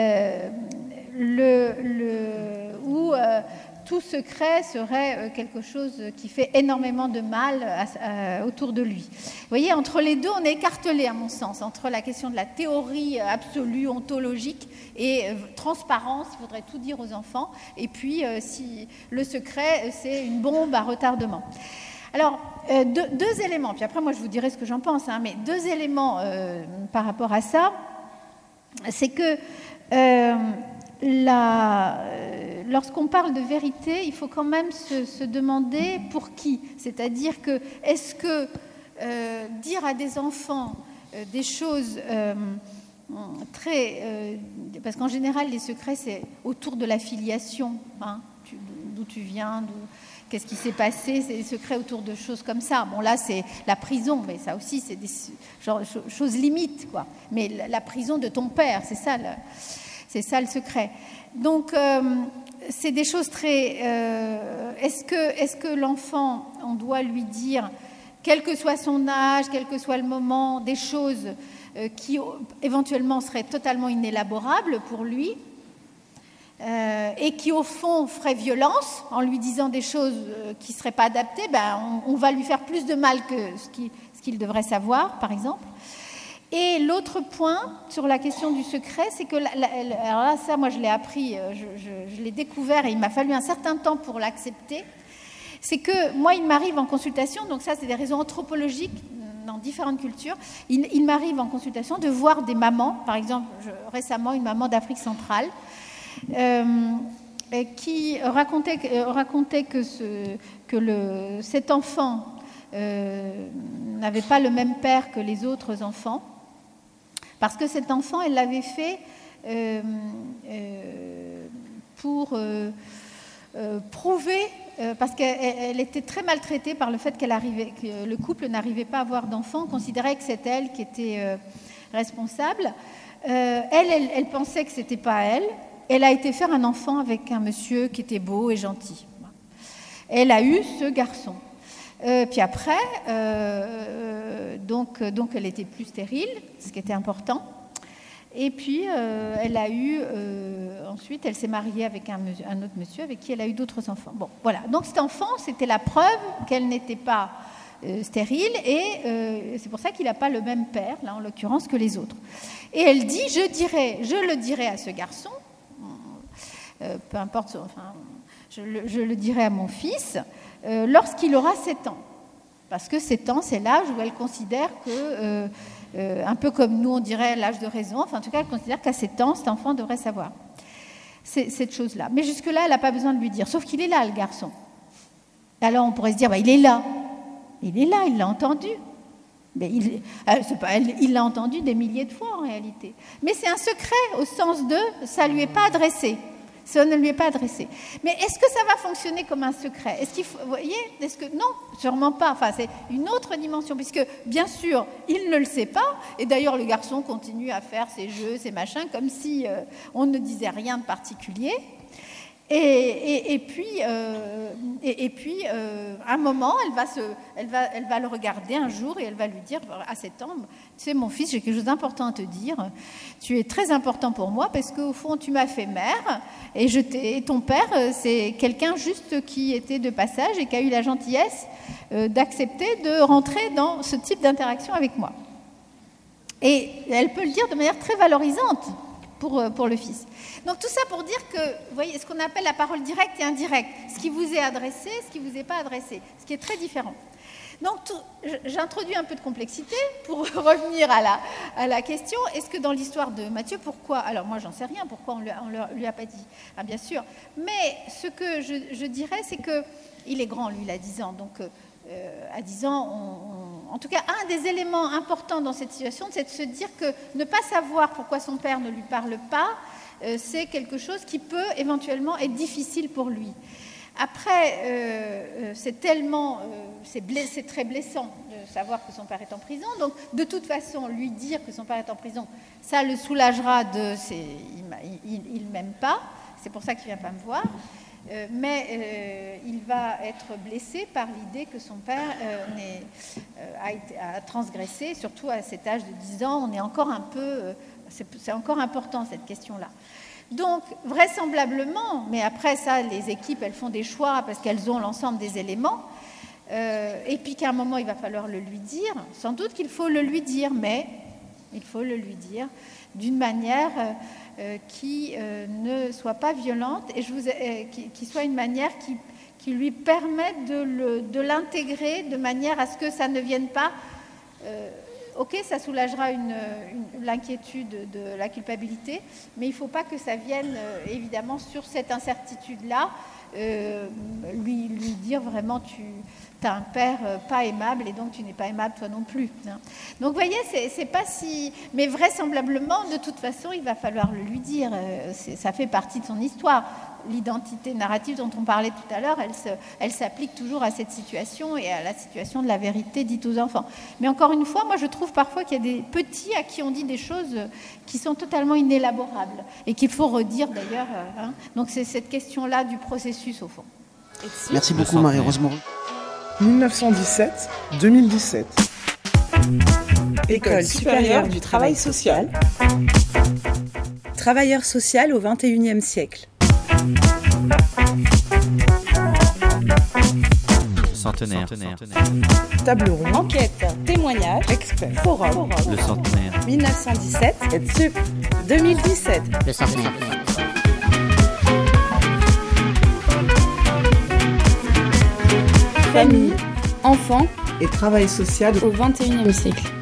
Où tout secret serait quelque chose qui fait énormément de mal autour de lui. Vous voyez, entre les deux, on est écartelé, à mon sens, entre la question de la théorie absolue, ontologique, et transparence, il faudrait tout dire aux enfants, et puis si le secret, c'est une bombe à retardement. Alors, deux éléments, puis après, moi, je vous dirai ce que j'en pense, hein, mais deux éléments par rapport à ça, c'est que lorsqu'on parle de vérité, il faut quand même se demander pour qui. C'est-à-dire que, est-ce que dire à des enfants des choses parce qu'en général, les secrets, c'est autour de la filiation, hein, d'où tu viens, qu'est-ce qui s'est passé, c'est des secrets autour de choses comme ça. Bon, là, c'est la prison, mais ça aussi, c'est des choses limites, quoi. Mais la prison de ton père, c'est ça le secret. Donc, c'est des choses très... Est-ce que l'enfant, on doit lui dire, quel que soit son âge, quel que soit le moment, des choses qui éventuellement seraient totalement inélaborables pour lui et qui, au fond, feraient violence en lui disant des choses qui ne seraient pas adaptées, on va lui faire plus de mal que ce qu'il devrait savoir, par exemple. Et l'autre point sur la question du secret, c'est que, alors là, ça, moi, je l'ai appris, je l'ai découvert et il m'a fallu un certain temps pour l'accepter, c'est que moi, il m'arrive en consultation, donc ça, c'est des raisons anthropologiques dans différentes cultures, il m'arrive en consultation de voir des mamans, par exemple, récemment, une maman d'Afrique centrale, qui racontait que cet enfant n'avait pas le même père que les autres enfants, parce que cet enfant, elle l'avait fait pour prouver, parce qu'elle était très maltraitée par le fait que le couple n'arrivait pas à avoir d'enfants, on considérait que c'était elle qui était responsable. Elle pensait que c'était pas elle. Elle a été faire un enfant avec un monsieur qui était beau et gentil. Elle a eu ce garçon. Puis après, donc elle était plus stérile, ce qui était important. Et puis, elle a eu... ensuite, elle s'est mariée avec un autre monsieur avec qui elle a eu d'autres enfants. Bon, voilà. Donc cet enfant, c'était la preuve qu'elle n'était pas stérile et c'est pour ça qu'il n'a pas le même père, là en l'occurrence, que les autres. Et elle dit, je le dirai à ce garçon, peu importe, Je le dirai à mon fils lorsqu'il aura 7 ans. Parce que 7 ans, c'est l'âge où elle considère que, un peu comme nous, on dirait l'âge de raison, enfin en tout cas, elle considère qu'à 7 ans, cet enfant devrait savoir cette chose-là. Mais jusque-là, elle n'a pas besoin de lui dire, sauf qu'il est là, le garçon. Alors on pourrait se dire, il est là. Il est là, il l'a entendu. Mais il l'a entendu des milliers de fois en réalité. Mais c'est un secret au sens de, ça ne lui est pas adressé. Ça ne lui est pas adressé. Mais est-ce que ça va fonctionner comme un secret ? Est-ce qu'il faut, vous voyez ? Non, sûrement pas. Enfin, c'est une autre dimension, puisque bien sûr, il ne le sait pas. Et d'ailleurs, le garçon continue à faire ses jeux, ses machins, comme si on ne disait rien de particulier. Et puis, à un moment, elle va le regarder un jour et elle va lui dire à 7 ans, tu sais, mon fils, j'ai quelque chose d'important à te dire. Tu es très important pour moi parce qu'au fond, tu m'as fait mère et ton père, c'est quelqu'un juste qui était de passage et qui a eu la gentillesse d'accepter de rentrer dans ce type d'interaction avec moi. Et elle peut le dire de manière très valorisante pour le fils. Donc tout ça pour dire que, vous voyez, ce qu'on appelle la parole directe et indirecte, ce qui vous est adressé, ce qui ne vous est pas adressé, ce qui est très différent. Donc j'introduis un peu de complexité pour revenir à la question. Est-ce que dans l'histoire de Matthieu, pourquoi, alors moi j'en sais rien, pourquoi on ne lui a pas dit, bien sûr, mais ce que je dirais, c'est qu'il est grand, lui, il a 10 ans, donc à 10 ans, en tout cas, un des éléments importants dans cette situation, c'est de se dire que ne pas savoir pourquoi son père ne lui parle pas, c'est quelque chose qui peut éventuellement être difficile pour lui. Après, c'est très blessant de savoir que son père est en prison. Donc, de toute façon, lui dire que son père est en prison, ça le soulagera il ne m'aime pas. C'est pour ça qu'il ne vient pas me voir. Mais il va être blessé par l'idée que son père a transgressé, surtout à cet âge de 10 ans. On est encore un peu... c'est encore important, cette question-là. Donc, vraisemblablement, mais après ça, les équipes, elles font des choix parce qu'elles ont l'ensemble des éléments, et puis qu'à un moment, il va falloir le lui dire. Sans doute qu'il faut le lui dire, mais il faut le lui dire d'une manière qui ne soit pas violente et qui soit une manière qui lui permette de l'intégrer de manière à ce que ça ne vienne pas... Ok, ça soulagera l'inquiétude de la culpabilité, mais il ne faut pas que ça vienne, évidemment, sur cette incertitude-là, lui dire vraiment tu as un père pas aimable et donc tu n'es pas aimable toi non plus. Hein. Donc, vous voyez, c'est pas si... Mais vraisemblablement, de toute façon, il va falloir le lui dire. Ça fait partie de son histoire. L'identité narrative dont on parlait tout à l'heure, elle s'applique toujours à cette situation et à la situation de la vérité dite aux enfants. Mais encore une fois, moi je trouve parfois qu'il y a des petits à qui on dit des choses qui sont totalement inélaborables et qu'il faut redire d'ailleurs. Hein. Donc c'est cette question-là du processus au fond. Merci beaucoup Marie-Rose Moreau. 1917-2017. École supérieure du travail social. Travailleur social au XXIe siècle. Centenaire. Table ronde. Enquête. Témoignage. Expert. Forum. Le centenaire. 1917. EDSUP. 2017. Le centenaire. Famille. Enfants et travail social au XXIe siècle.